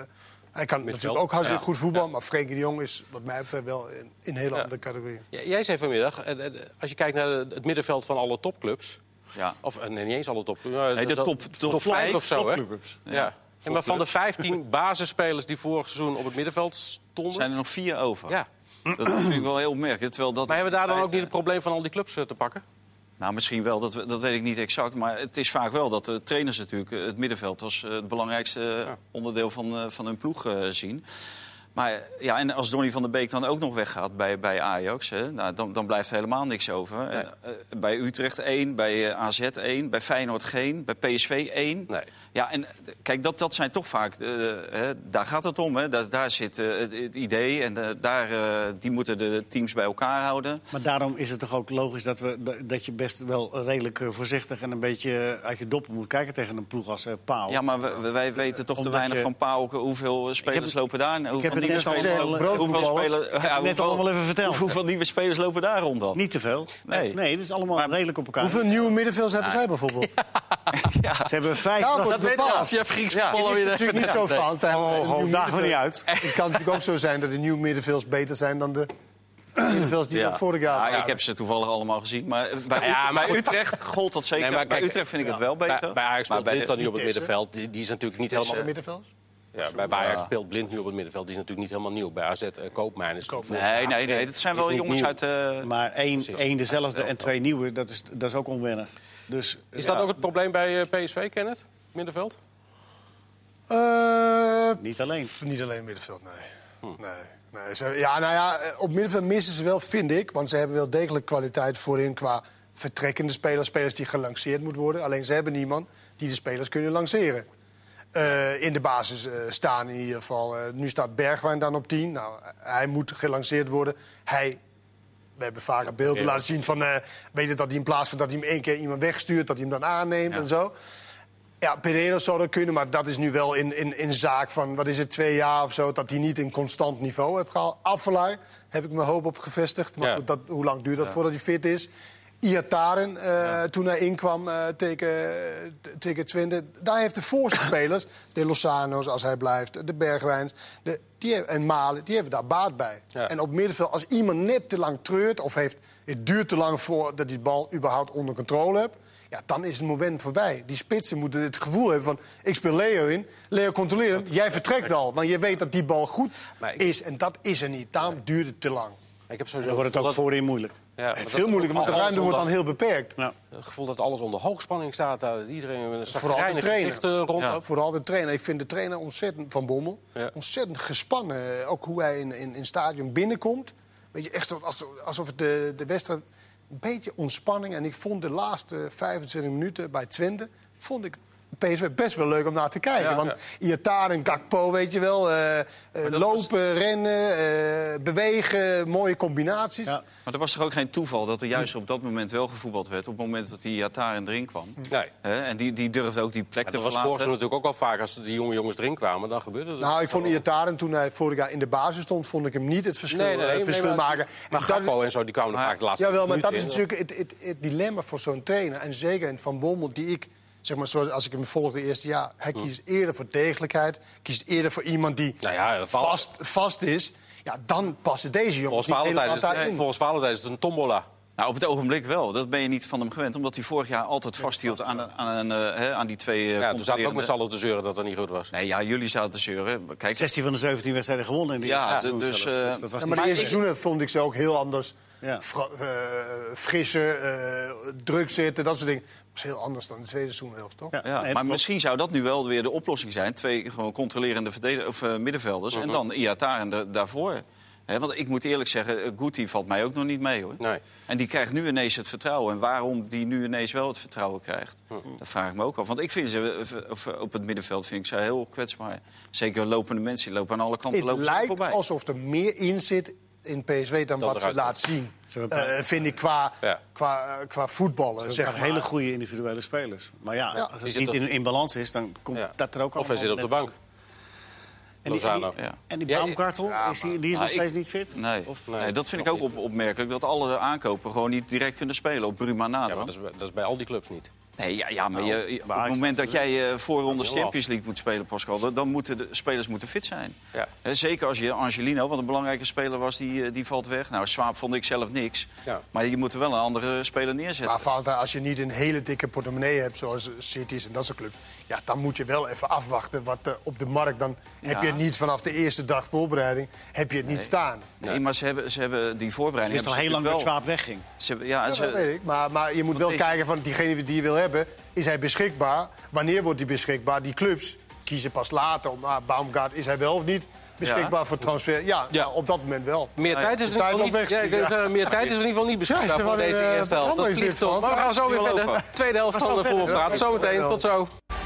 Hij kan Midveld. natuurlijk ook hartstikke ja. goed voetballen, ja. maar Frenkie de Jong is wat mij betreft wel in, in een hele ja. andere categorie. Ja, jij zei vanmiddag, als je kijkt naar het middenveld van alle topclubs, ja. of nee, niet eens alle topclubs, nee, de top, top, top vijf of zo, hè? Ja. Ja. En maar van de vijftien basisspelers die vorig seizoen op het middenveld stonden, zijn er nog vier over. Ja. Dat is natuurlijk wel heel opmerkelijk. Terwijl dat maar hebben we daar dan ook niet het probleem van al die clubs te pakken? Nou, misschien wel, dat, dat weet ik niet exact. Maar het is vaak wel dat de trainers natuurlijk het middenveld als het belangrijkste ja. onderdeel van, van hun ploeg uh, zien. Maar ja, en als Donny van der Beek dan ook nog weggaat bij, bij Ajax, hè, nou, dan, dan blijft er helemaal niks over. Nee. En, uh, bij Utrecht één, bij uh, A Z één, bij Feyenoord geen, bij P S V één. Nee. Ja, en kijk, dat, dat zijn toch vaak, uh, hè, daar gaat het om. Hè. Daar, daar zit uh, het, het idee en uh, daar, uh, die moeten de teams bij elkaar houden. Maar daarom is het toch ook logisch dat, we, dat je best wel redelijk voorzichtig en een beetje uit je doppen moet kijken tegen een ploeg als uh, PAOK. Ja, maar wij, wij weten toch Omdat te weinig je... van PAOK. Hoeveel spelers lopen daar? Hoeveel nieuwe spelers, hoeveel spelers, ja, net allemaal even verteld. Hoeveel nieuwe spelers lopen daar rond dan? Niet te veel. Nee, nee dat is allemaal maar, redelijk op elkaar. Hoeveel nieuwe middenvelders hebben zij bijvoorbeeld? Ja. Ze hebben vijf. Nou, dat weet je als je Grieks ja, het is natuurlijk niet zo fout. Oh, daag er niet uit. Het kan natuurlijk ook zo zijn dat de nieuwe middenvelders beter zijn dan de middenvelders die ja. vorig jaar waren. Ja, ik heb ze toevallig allemaal gezien. Maar bij, ja, maar bij Utrecht gold dat zeker. Nee, maar kijk, bij Utrecht vind ik ja. het wel beter. Bij, bij Ajax speelt Blind dan nu op het middenveld. Die, die is natuurlijk niet helemaal... de middenvelders? Ja, bij Ajax ja. speelt Blind nu op het middenveld. Die is natuurlijk niet helemaal nieuw. Bij A Z uh, Koopmijn is het Nee, nee, nee. Dat zijn wel jongens nieuw. uit... Uh... Maar één, één dezelfde en twee nieuwe, dat is, dat is ook onwennig. Dus, is ja. dat ook het probleem bij uh, P S V, Kenneth? Middenveld? Uh, niet alleen. Niet alleen middenveld, nee. Hm. nee. nee ze, ja, nou ja, op middenveld missen ze wel, vind ik. Want ze hebben wel degelijk kwaliteit voorin qua vertrekkende spelers. Spelers die gelanceerd moeten worden. Alleen ze hebben niemand die de spelers kunnen lanceren. Uh, in de basis uh, staan in ieder geval. Uh, nu staat Bergwijn dan op tien. Nou, hij moet gelanceerd worden. Hij... We hebben vaker beelden laten zien van... Uh, weet je, dat hij in plaats van dat hij hem één keer iemand wegstuurt... dat hij hem dan aanneemt ja. en zo. Ja, Pereiro zou dat kunnen, maar dat is nu wel in, in, in zaak van... wat is het, twee jaar of zo, dat hij niet in constant niveau heeft gehaald. Afvalaar heb ik mijn hoop op gevestigd. Maar ja. goed, dat, hoe lang duurt dat ja. voordat hij fit is? Iataren, uh, ja. toen hij inkwam uh, tegen, tegen Twente... daar heeft de voorste spelers, de Lozano's als hij blijft... de Bergwijns de, die, en Malen, die hebben daar baat bij. Ja. En op middenveld, als iemand net te lang treurt... of heeft, het duurt te lang voordat hij de bal überhaupt onder controle hebt... ja, dan is het moment voorbij. Die spitsen moeten het gevoel hebben van... ik speel Leo in, Leo controleert hem, jij vertrekt al. Want je weet dat die bal goed ik... is en dat is er niet. Daarom duurt het te lang. Ik heb sowieso Dan wordt het ook dat, voorin moeilijk. ja, maar Veel moeilijker, want de alles ruimte wordt dan onder- heel beperkt. Nou, Het gevoel dat alles onder hoogspanning staat. Dat iedereen met een Vooral de zagrijnig trainer. gezicht eh, rond. Ja. Vooral de trainer. Ik vind de trainer ontzettend, Van Bommel, Ja. ontzettend gespannen. Ook hoe hij in, in, in het stadion binnenkomt. Weet je, echt zo- alsof, alsof het de, de wedstrijd een beetje ontspanning. En ik vond de laatste vijfentwintig minuten bij Twente, vond ik P S V best wel leuk om naar te kijken. Ja, Want ja. Iataren, Gakpo, weet je wel, eh, eh, dat lopen, rennen, eh, bewegen, mooie combinaties. Ja. Maar er was toch ook geen toeval dat er juist op dat moment wel gevoetbald werd. Op het moment dat die Iataren erin kwam. Nee. Hè, en die, die durfde ook die plek Maar te dat was verlaten. vorig jaar natuurlijk ook al vaak. Als die jonge jongens erin kwamen, dan gebeurde dat. Nou, ik vond Iataren, toen hij vorig jaar in de basis stond, vond ik hem niet het verschil, Nee, nee, eh, nee, verschil nee, maar- maken. Maar En dat- Gakpo en zo, die kwamen er Maar- vaak de laatste Jawel, maar dat minuten is in. natuurlijk het, het, het dilemma voor zo'n trainer. En zeker in Van Bommel, die ik, zeg maar, zoals als ik hem volgde het eerste jaar... hij kiest eerder voor degelijkheid, kiest eerder voor iemand die Nou ja, val- vast, vast is. Ja, dan passen deze jongens Volgens niet Valentijn helemaal is, het- daarin. volgens Valentijn is het een tombola. Nou, op het ogenblik wel. Dat ben je niet van hem gewend. Omdat hij vorig jaar altijd vasthield aan, aan, aan, hè, aan die twee... eh, Ja, toen zaten we ook controlerende- met z'n allen te zeuren dat dat niet goed was. Nee, ja, jullie zaten te zeuren. Kijk, zestien van de zeventien wedstrijden gewonnen in de Ja, eerste dus, seizoen eh, zelfs. dat was Ja, niet- maar de eerste seizoenen vond ik ze ook heel anders. Ja. Fra- eh, frisser, eh, druk zitten, dat soort dingen. Dat is heel anders dan de tweede seizoenhelft, toch? Ja, ja, nee, maar klopt. misschien zou dat nu wel weer de oplossing zijn. Twee gewoon controlerende verdedig- of, eh, middenvelders. En dan Iataren da- daarvoor. Hè, want ik moet eerlijk zeggen, eh, Guti valt mij ook nog niet mee, hoor. Nee. En die krijgt nu ineens het vertrouwen. En waarom die nu ineens wel het vertrouwen krijgt, dat vraag ik me ook af. Want ik vind ze eh, of, eh, op het middenveld vind ik ze heel kwetsbaar. Zeker lopende mensen, die lopen aan alle kanten Het lopen ze lijkt voorbij. alsof er meer in zit in P S V dan Dat wat ze eruit laat zien. Ze hebben- Eh, vind ik qua, Ja. qua, eh, qua voetballen, Ze zeg hebben maar. hele goede individuele spelers. Maar ja, Ja. als Die het zit niet op- in, in balans is, dan komt Ja. dat er ook Of hij zit op de bank. En die, en die, Lozano. Ja. en die Ja, Baumgartel, ja, is die, die is maar- nog steeds niet fit? Nee, Of- nee, Nee, dat vind ik nog ook niet. op, opmerkelijk. Dat alle aankopen gewoon niet direct kunnen spelen op Bruma na. Ja, maar dat is, bij- dat is bij al die clubs niet. Nee, ja, ja maar Nou, je, je- op bij het Ajax moment dat staat jij uh, voorronde Dat is wel Champions League moet spelen, Pascal... dan- dan moeten de spelers moeten fit zijn. Ja. Hè, zeker als je Angelino, wat een belangrijke speler was, die, eh, die valt weg. Nou, Swaap vond ik zelf niks. Ja. Maar je moet er wel een andere speler neerzetten. Maar Valentijn, als je niet een hele dikke portemonnee hebt, zoals City's en dat soort clubs... ja, dan moet je wel even afwachten wat uh, op de markt... dan heb Ja. je het niet vanaf de eerste dag voorbereiding heb je het niet staan. Nee, maar ze hebben, ze hebben die Ze voorbereiding... wist al heel lang hebben dat ze Swaap wegging. natuurlijk wel- ze hebben- ja, Ja, ze- dat weet ik. Maar, maar je moet wel is- kijken van diegene die je wil hebben... is hij beschikbaar? Wanneer wordt hij beschikbaar? Die clubs kiezen pas later om... Ah, Baumgart, is hij wel of niet beschikbaar Ja. voor transfer? Ja, Ja. nou, op dat moment wel. Meer Nee, tijd is de er in ieder tijd geval niet, loopt ja, weg, ik wil ja. zeggen, meer tijd is er in ieder geval niet beschikbaar Ja, voor wat deze een, eh, eerste helft. Dat programma is vliegt dit, op. Frans. Maar we gaan zo weer Wel verder. open. Tweede helft van de voorpraat. Zometeen, tot zo.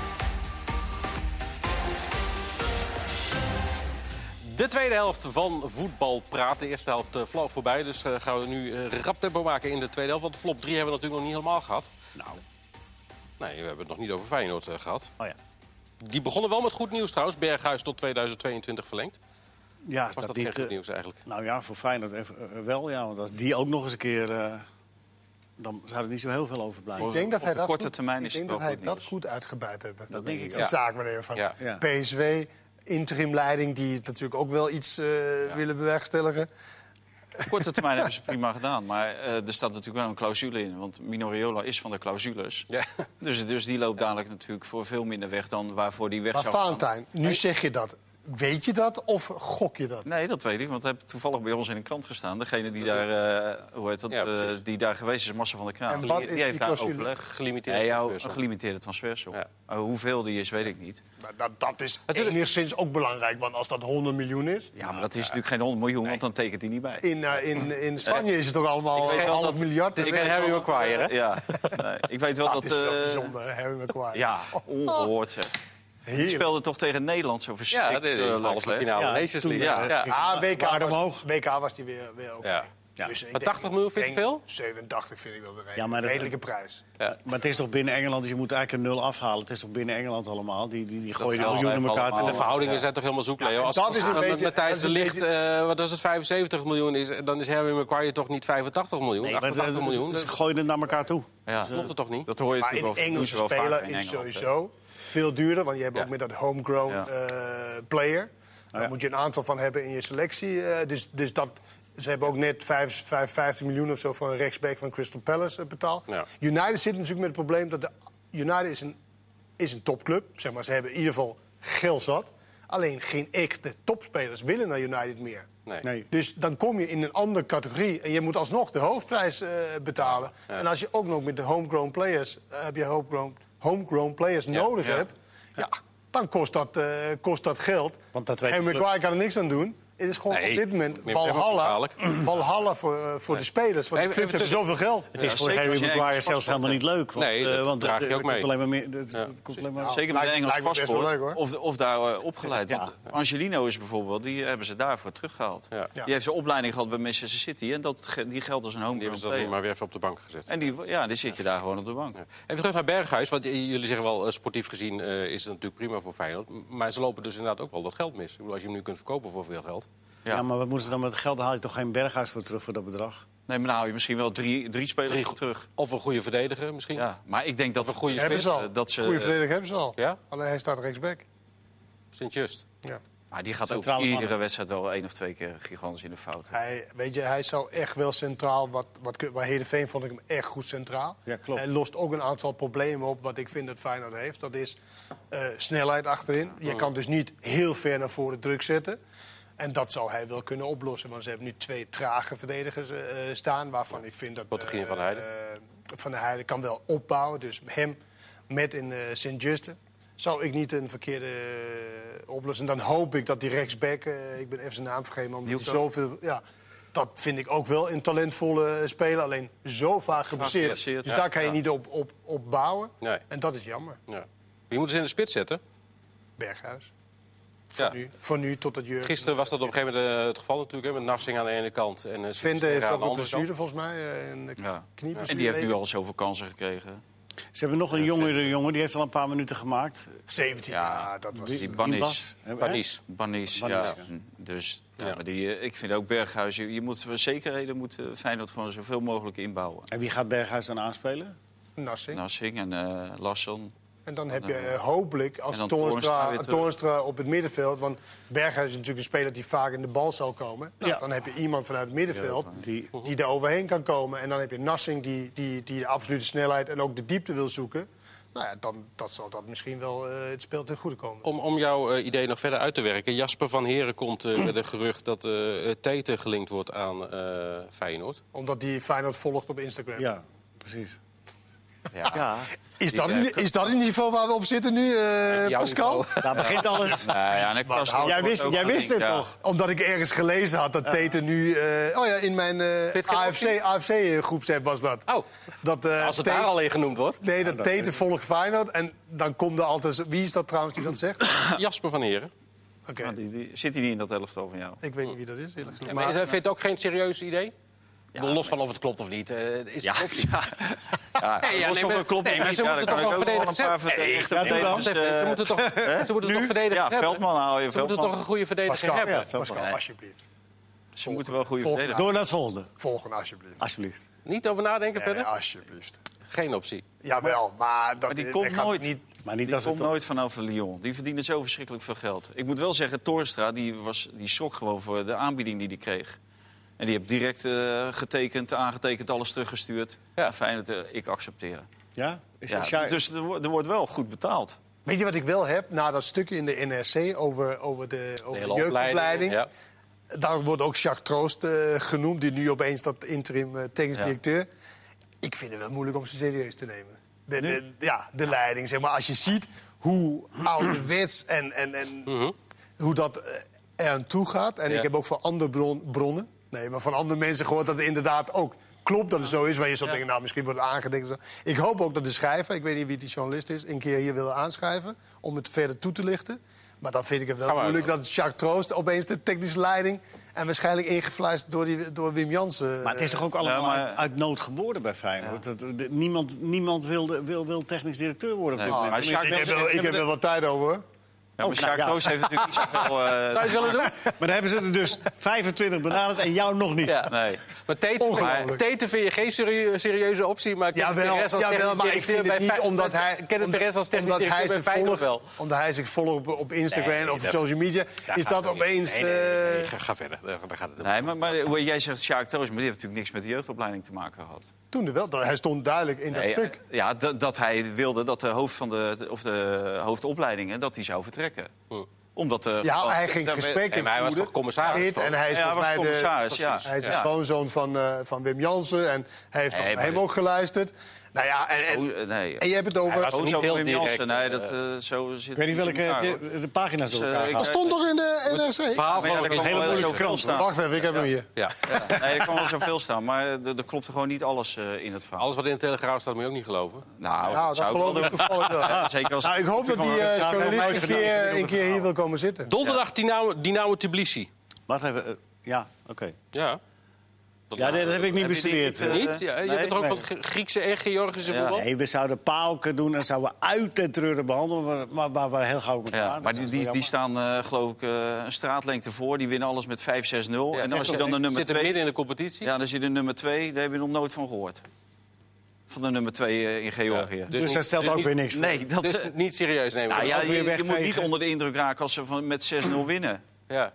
De tweede helft van Voetbal Praat. De eerste helft uh, vloog voorbij. Dus uh, gaan we nu uh, rap tempo maken in de tweede helft. Want de flop drie hebben we natuurlijk nog niet helemaal gehad. Nou, Nee, we hebben het nog niet over Feyenoord uh, gehad. oh ja. Die begonnen wel met goed nieuws trouwens. Berghuis tot tweeduizend tweeëntwintig verlengd. Ja, is Was dat niet, geen goed eh, nieuws eigenlijk? Nou ja, voor Feyenoord even, eh, wel, ja. Want als die ook nog eens een keer... eh, dan zou er niet zo heel veel overblijven. Ik denk dat op hij de dat, korte goed, termijn ik is denk het dat wel hij goed dat nieuws. goed uitgebuit hebben. Dat denk ik De ook. zaak, meneer Van Ja. Ja. P S V, interimleiding, die natuurlijk ook wel iets uh, willen bewerkstelligen. Op korte termijn hebben ze prima gedaan. Maar uh, er staat natuurlijk wel een clausule in. Want Minoriola is van de clausules. Ja. Dus, dus die loopt dadelijk natuurlijk voor veel minder weg dan waarvoor die weg Maar zou gaan. Valentijn, nu zeg je dat. Weet je dat of gok je dat? Nee, dat weet ik, want het heeft toevallig bij ons in een krant gestaan. Degene die daar, uh, hoe heet dat, Ja, uh, precies. die daar geweest is, Marcel van der Kraan. En wat die, is die heeft die daar clausule? overleg. Gelimiteerd. Nee, jou, transfersom. een gelimiteerde transfersom. Ja. Uh, hoeveel die is, weet ik niet. Nou, dat, dat is Natuurlijk. enigszins ook belangrijk, want als dat honderd miljoen is... Ja, maar dat is natuurlijk geen honderd miljoen, want dan tekent hij niet bij. In, uh, in, in Spanje is het toch allemaal Ik weet een wel half dat- miljard? Het is Ik geen weet Harry wel dat, Maguire, hè? Ja, nee, ik weet wel Ah, dat... het is wel uh, bijzonder, hè, Harry Maguire. ja, ongehoord zeg. Die Heerlijk. speelde toch tegen Nederland zo Ja, de, verschrikkelijk. de halve slecht. finale Ja, Nations toen, League. ja. Ja. Ah, W K Waarde was, omhoog. W K was die weer, weer oké. Ja. Ja. Dus ik Maar denk- tachtig miljoen vind je ik denk veel? zevenentachtig vind ik wel de re- Ja, maar dat- redelijke prijs. Ja. Maar het is toch binnen Engeland, dus je moet eigenlijk een nul afhalen. Het is toch binnen Engeland allemaal? Die, die, die gooien de geldt miljoenen even elkaar allemaal. De te verhoudingen Ja. zijn toch helemaal zoek, Leo? en Als, dat als, is een met beetje- Matthijs dat is de een Ligt, beetje- eh, wat als het vijfenzeventig miljoen is, dan is Harry Maguire toch niet vijfentachtig miljoen, Nee, maar achtentachtig het- miljoen. ze Dat gooien het naar elkaar toe. Ja. klopt het toch niet? Dat hoor je Maar natuurlijk een wel. Engelse doen ze wel speler vaker in is Engeland, hè. sowieso veel duurder. Want je hebt Ja. ook met dat homegrown Ja. eh, player. Daar ja. moet je een aantal van hebben in je selectie. eh, dus, dus dat, ze hebben ook net vijf, vijf, vijftien miljoen of zo voor een rechtsback van Crystal Palace eh, betaald. Ja. United zit natuurlijk met het probleem dat de United is een, is een topclub. Zeg maar, ze hebben in ieder geval geld zat. Alleen geen echte topspelers willen naar United meer. Nee. Nee. Dus dan kom je in een andere categorie. En je moet alsnog de hoofdprijs uh, betalen. Ja. En als je ook nog met de homegrown players... Uh, heb je homegrown, homegrown players Ja. nodig Ja. hebt... Ja, dan kost dat, uh, kost dat geld. Want dat weet Harry de club. Maguire kan er niks aan doen. Het is gewoon Nee, op dit moment meer Valhalla, Pep Valhalla voor, uh, voor de spelers. Want de Even- clubs hebben even zoveel geld. Het is Ja, voor zeker Harry als je Maguire Engels zelfs helemaal niet leuk. Want, Nee, dat eh, want draag je er- ook er mee. komt alleen maar meer, er- Ja, er komt alleen maar... Ja. Zeker met een lijkt- Engels lijkt me best wel paspoort. leuk, hoor. of, of daar uh, opgeleid. Ja. Want Angelino is bijvoorbeeld, die hebben ze daarvoor teruggehaald. Ja. Ja. Die heeft zijn opleiding gehad bij Manchester City. En dat, ge- die geldt als een Die homegrown hebben ze dat nu player. maar weer even op de bank gezet. En die, ja, die zit je daar gewoon op de bank. Ja. Even terug naar Berghuis, want j- jullie zeggen wel, uh, sportief gezien uh, is het natuurlijk prima voor Feyenoord. M- Maar ze lopen dus inderdaad ook wel dat geld mis. Ik bedoel, als je hem nu kunt verkopen voor veel geld. Ja. maar wat moeten ze dan met het geld? Dan haal je toch geen Berghuis voor terug voor dat bedrag? Nee, maar dan hou je misschien wel drie, drie spelers Drie- voor terug. Of een goede verdediger misschien. Ja, maar ik denk dat... Of een goede Hebben spits. ze al. eh, dat ze, Goede eh, verdediger hebben ze al. Ja? Alleen hij staat rechtsback. Sint-Just. Ja. Maar die gaat ook Centrale iedere mannen. wedstrijd wel één of twee keer gigantisch in de fout. Hij, weet je, hij zou echt wel centraal... Wat, wat, bij Heerenveen vond ik hem echt goed centraal. Ja, klopt. Hij lost ook een aantal problemen op wat ik vind dat Feyenoord heeft. Dat is uh, snelheid achterin. Je kan dus niet heel ver naar voren druk zetten. En dat zou hij wel kunnen oplossen. Want ze hebben nu twee trage verdedigers uh, staan. Waarvan ik vind dat... Bottegien uh, Van der Heijden. uh, Van der Heijden kan wel opbouwen. Dus hem met in uh, Sint-Juste zou ik niet een verkeerde uh, oplossing. Dan hoop ik dat die rechtsback... Uh, ik ben even zijn naam vergeten, maar omdat hij Nielko. zoveel... Ja, dat vind ik ook wel een talentvolle uh, speler. Alleen zo vaak geblesseerd. geblesseerd, Dus ja. daar kan je Ja. niet op, op, op bouwen. Nee. En dat is jammer. Ja. Wie moeten ze in de spits zetten? Berghuis. Voor, Ja. nu, voor nu tot het Jurgen. Gisteren was dat op een gegeven moment uh, het geval natuurlijk. Hè, met Narsing aan de ene kant en uh, Vente Sinisterra heeft aan ook de een andere blessure kant. volgens mij. uh, Een Ja. knieblessure. En die heeft nu al zoveel kansen gekregen. Ze hebben nog een jongere jongen, die heeft al een paar minuten gemaakt. zeventien, Ja, ja, dat was... die Banis. Bas, hè? Panis. Banis, Banis, ja. ja. Dus ja, Ja. Maar die, eh, ik vind ook Berghuis, je, je moet voor zekerheden moet eh, Feyenoord gewoon zoveel mogelijk inbouwen. En wie gaat Berghuis dan aanspelen? Nassing. Nassing en uh, Larsson. En dan heb je uh, hopelijk als En dan Toornstra Toornstra, weer terug. Toornstra op het middenveld... want Berghuis is natuurlijk een speler die vaak in de bal zal komen. Nou, Ja. Dan heb je iemand vanuit het middenveld Die, die er overheen kan komen. En dan heb je Nassing die, die, die de absolute snelheid en ook de diepte wil zoeken. Nou ja, dan dat zal dat misschien wel uh, het spel ten goede komen. Om, om jouw uh, idee nog verder uit te werken. Jasper van Heren komt uh, met een gerucht dat uh, Tete gelinkt wordt aan uh, Feyenoord. Omdat die Feyenoord volgt op Instagram. ja, precies. Ja. Ja, Is, dat Die, een, uh, is dat een niveau waar we op zitten nu, uh, Jouw Pascal? niveau. daar begint alles. Nou ja, en ik Maar was- hou- Jij wordt wist, ook jij wist het gelinkt, ja. toch? Omdat ik ergens gelezen had dat Tete nu... Uh, oh ja, in mijn uh, je het geen A F C, A F C-groepsapp was dat. Oh, dat uh, als het Tete- daar al in genoemd wordt. Nee, dat Tete volgt Feyenoord. En dan komt er altijd... Wie is dat trouwens die dat zegt? Jasper van Heren. Oké, Ja, die, die, zit hij niet in dat elftal van jou? ik weet niet wie dat is, eerlijk gezegd. Ja, maar is- vind je het ook geen serieus idee? Ja, Los van of het klopt of niet. Uh, is Ja, het een optie? ja. ja, Nee, ja, los nee, van maar- dat klopt nee, of maar niet, ze ja, moeten dan toch kan ik wel ook wel een verdedigers paar hebben? echte Ja, doe dan. verdedigers, Wacht even, eh, Ze moeten toch, ze moeten toch verdedigers Ja, hebben? Veldman haal je Ze moeten Veldman. toch een goede verdediger Pascal, hebben? Ja, Veldman. Pascal, alsjeblieft. Ze moeten wel goede Volgende. verdedigers. Door naar het volgende, Volgende, alsjeblieft. alsjeblieft. Niet over nadenken Nee, verder? alsjeblieft. Geen optie. Jawel, maar dat Maar die ik komt ga nooit. niet... Maar niet Die als het komt toch- nooit vanaf Lyon. Die verdienen zo verschrikkelijk veel geld. Ik moet wel zeggen, Toornstra die was, die schrok gewoon voor de aanbieding die hij kreeg. En die heeft direct uh, getekend, aangetekend, alles teruggestuurd. Ja. Ja. Fijn dat uh, ik accepteer. Ja? Is Ja, het Sjaak- dus er, wordt- er wordt wel goed betaald. Weet je wat ik wel heb? Na dat stukje in de N R C over, over de, over De de, hele jeugdopleiding... Ja. Daar wordt ook Jacques Troost uh, genoemd, die nu opeens dat interim uh, technisch Ja. directeur. Ik vind het wel moeilijk om ze serieus te nemen. De, de, ja, de leiding, zeg maar. Als je ziet hoe ouderwets en, en, en Mhm. hoe dat uh, er aan toe gaat. En Ja. ik heb ook van andere bron, bronnen, nee, maar van andere mensen gehoord dat het inderdaad ook klopt dat het zo is. Waar je zo denkt, nou, misschien wordt het aangedikt. Zo. Ik hoop ook dat de schrijver, ik weet niet wie die journalist is, een keer hier wil aanschrijven om het verder toe te lichten. Maar dan vind ik het wel Gaan we moeilijk uit. dat Jacques Troost opeens de technische leiding... en waarschijnlijk ingefluisterd door, die, door Wim Jansen. Maar het is toch ook allemaal Ja, maar- uit, uit nood geboren bij Feyenoord? Dat- dat- niemand niemand wilde, wil, wil technisch directeur worden op Nee, dit maar moment. Sjaak- Ik heb, wel, ik heb er wel tijd over, hoor. Ja, maar Oh, Sjaak nou, ja. Roos heeft natuurlijk niet zoveel... uh, Zou je het willen doen? Maar dan hebben ze er dus vijfentwintig benaderd en jou nog niet. Ja. nee. Maar Tete, Ongelooflijk. Tete vind je geen serie- serieuze optie, maar Kenneth Jawel, Perez als jawel, technisch maar ik directeur vind het bij niet Fey- omdat hij... Kenneth Perez als technisch omdat hij directeur bij zich Feyenoord volgt, wel. Omdat hij zich volgt op, op Instagram Nee, of op dat- social media... Daar is gaat dat het niet. opeens... Nee, nee, nee, nee, eh, ga, ga verder. Daar, daar gaat het Nee, maar, maar hoe jij zegt Sjaak Roos, maar die heeft natuurlijk niks met de jeugdopleiding te maken gehad. Toen er wel. Hij stond duidelijk in dat Nee, stuk. Ja, dat, dat hij wilde dat de hoofd van de, of de hoofdopleidingen dat die zou vertrekken. Hm. Omdat, uh, Ja, hij ging daar- gesprekken Nee, maar hij was voeren. toch commissaris, Dit, toch? En hij is Ja, hij volgens was mij de, commissaris, ja. hij is de Ja. schoonzoon van, uh, van Wim Jansen. En hij heeft Nee, op maar hem dit- ook geluisterd. Nou ja, en, en, Oh, nee. en je hebt het Hij over... was Oh, niet zo heel Wim Jansen. direct, Nee, eh, dat, uh, zo zit Ik weet niet welke in elkaar, eh, hoor. de pagina's door Dus, elkaar uh, gaan. Dat stond toch in de N R C? Verhaal Maar ja, van daar een kan hele wel moeilijke zoveel krant, staan. Wacht even, ik heb hem hier. Ja. Ja, nee, er kan wel zoveel staan, maar er, er klopt gewoon niet alles uh, in het verhaal. Alles wat in de Telegraaf staat, moet je ook niet geloven. Nou, Nou, dat zou ik geloof wel ik doen. toevallig wel. Ja, zeker als Nou, ik hoop dat die uh, Ja, journalist ja, een keer, een keer hier wil komen zitten. Donderdag Dynamo, Dynamo Tbilisi. Wacht even. eh, ja, oké. Ja. Ja, dat heb ik niet Heb je bestudeerd. die niet, Niet? Ja, je Nee, bent er ook nee. van het Gr- Griekse en Georgische Ja. voetbal? Nee, we zouden Paalke doen en zouden uit en treuren behandelen. Maar, maar waar we heel gauw met Ja, gaan. maar Dat die, is die, wel die jammer. staan uh, geloof ik uh, een straatlengte voor. Die winnen alles met vijf zes nul. Ja, en als je ze dan de nummer zitten midden twee... in de competitie. Ja, dan zie je de nummer twee, daar heb je nog nooit van gehoord. Van de nummer twee uh, in Georgië. Ja, Dus niet- dat stelt dus ook niet- weer niks voor. Nee, dat... Dus uh, niet serieus nemen. nou, ja, ook je, weer je moet wegvegen. niet onder de indruk raken als ze van, met zes nul winnen. Ja.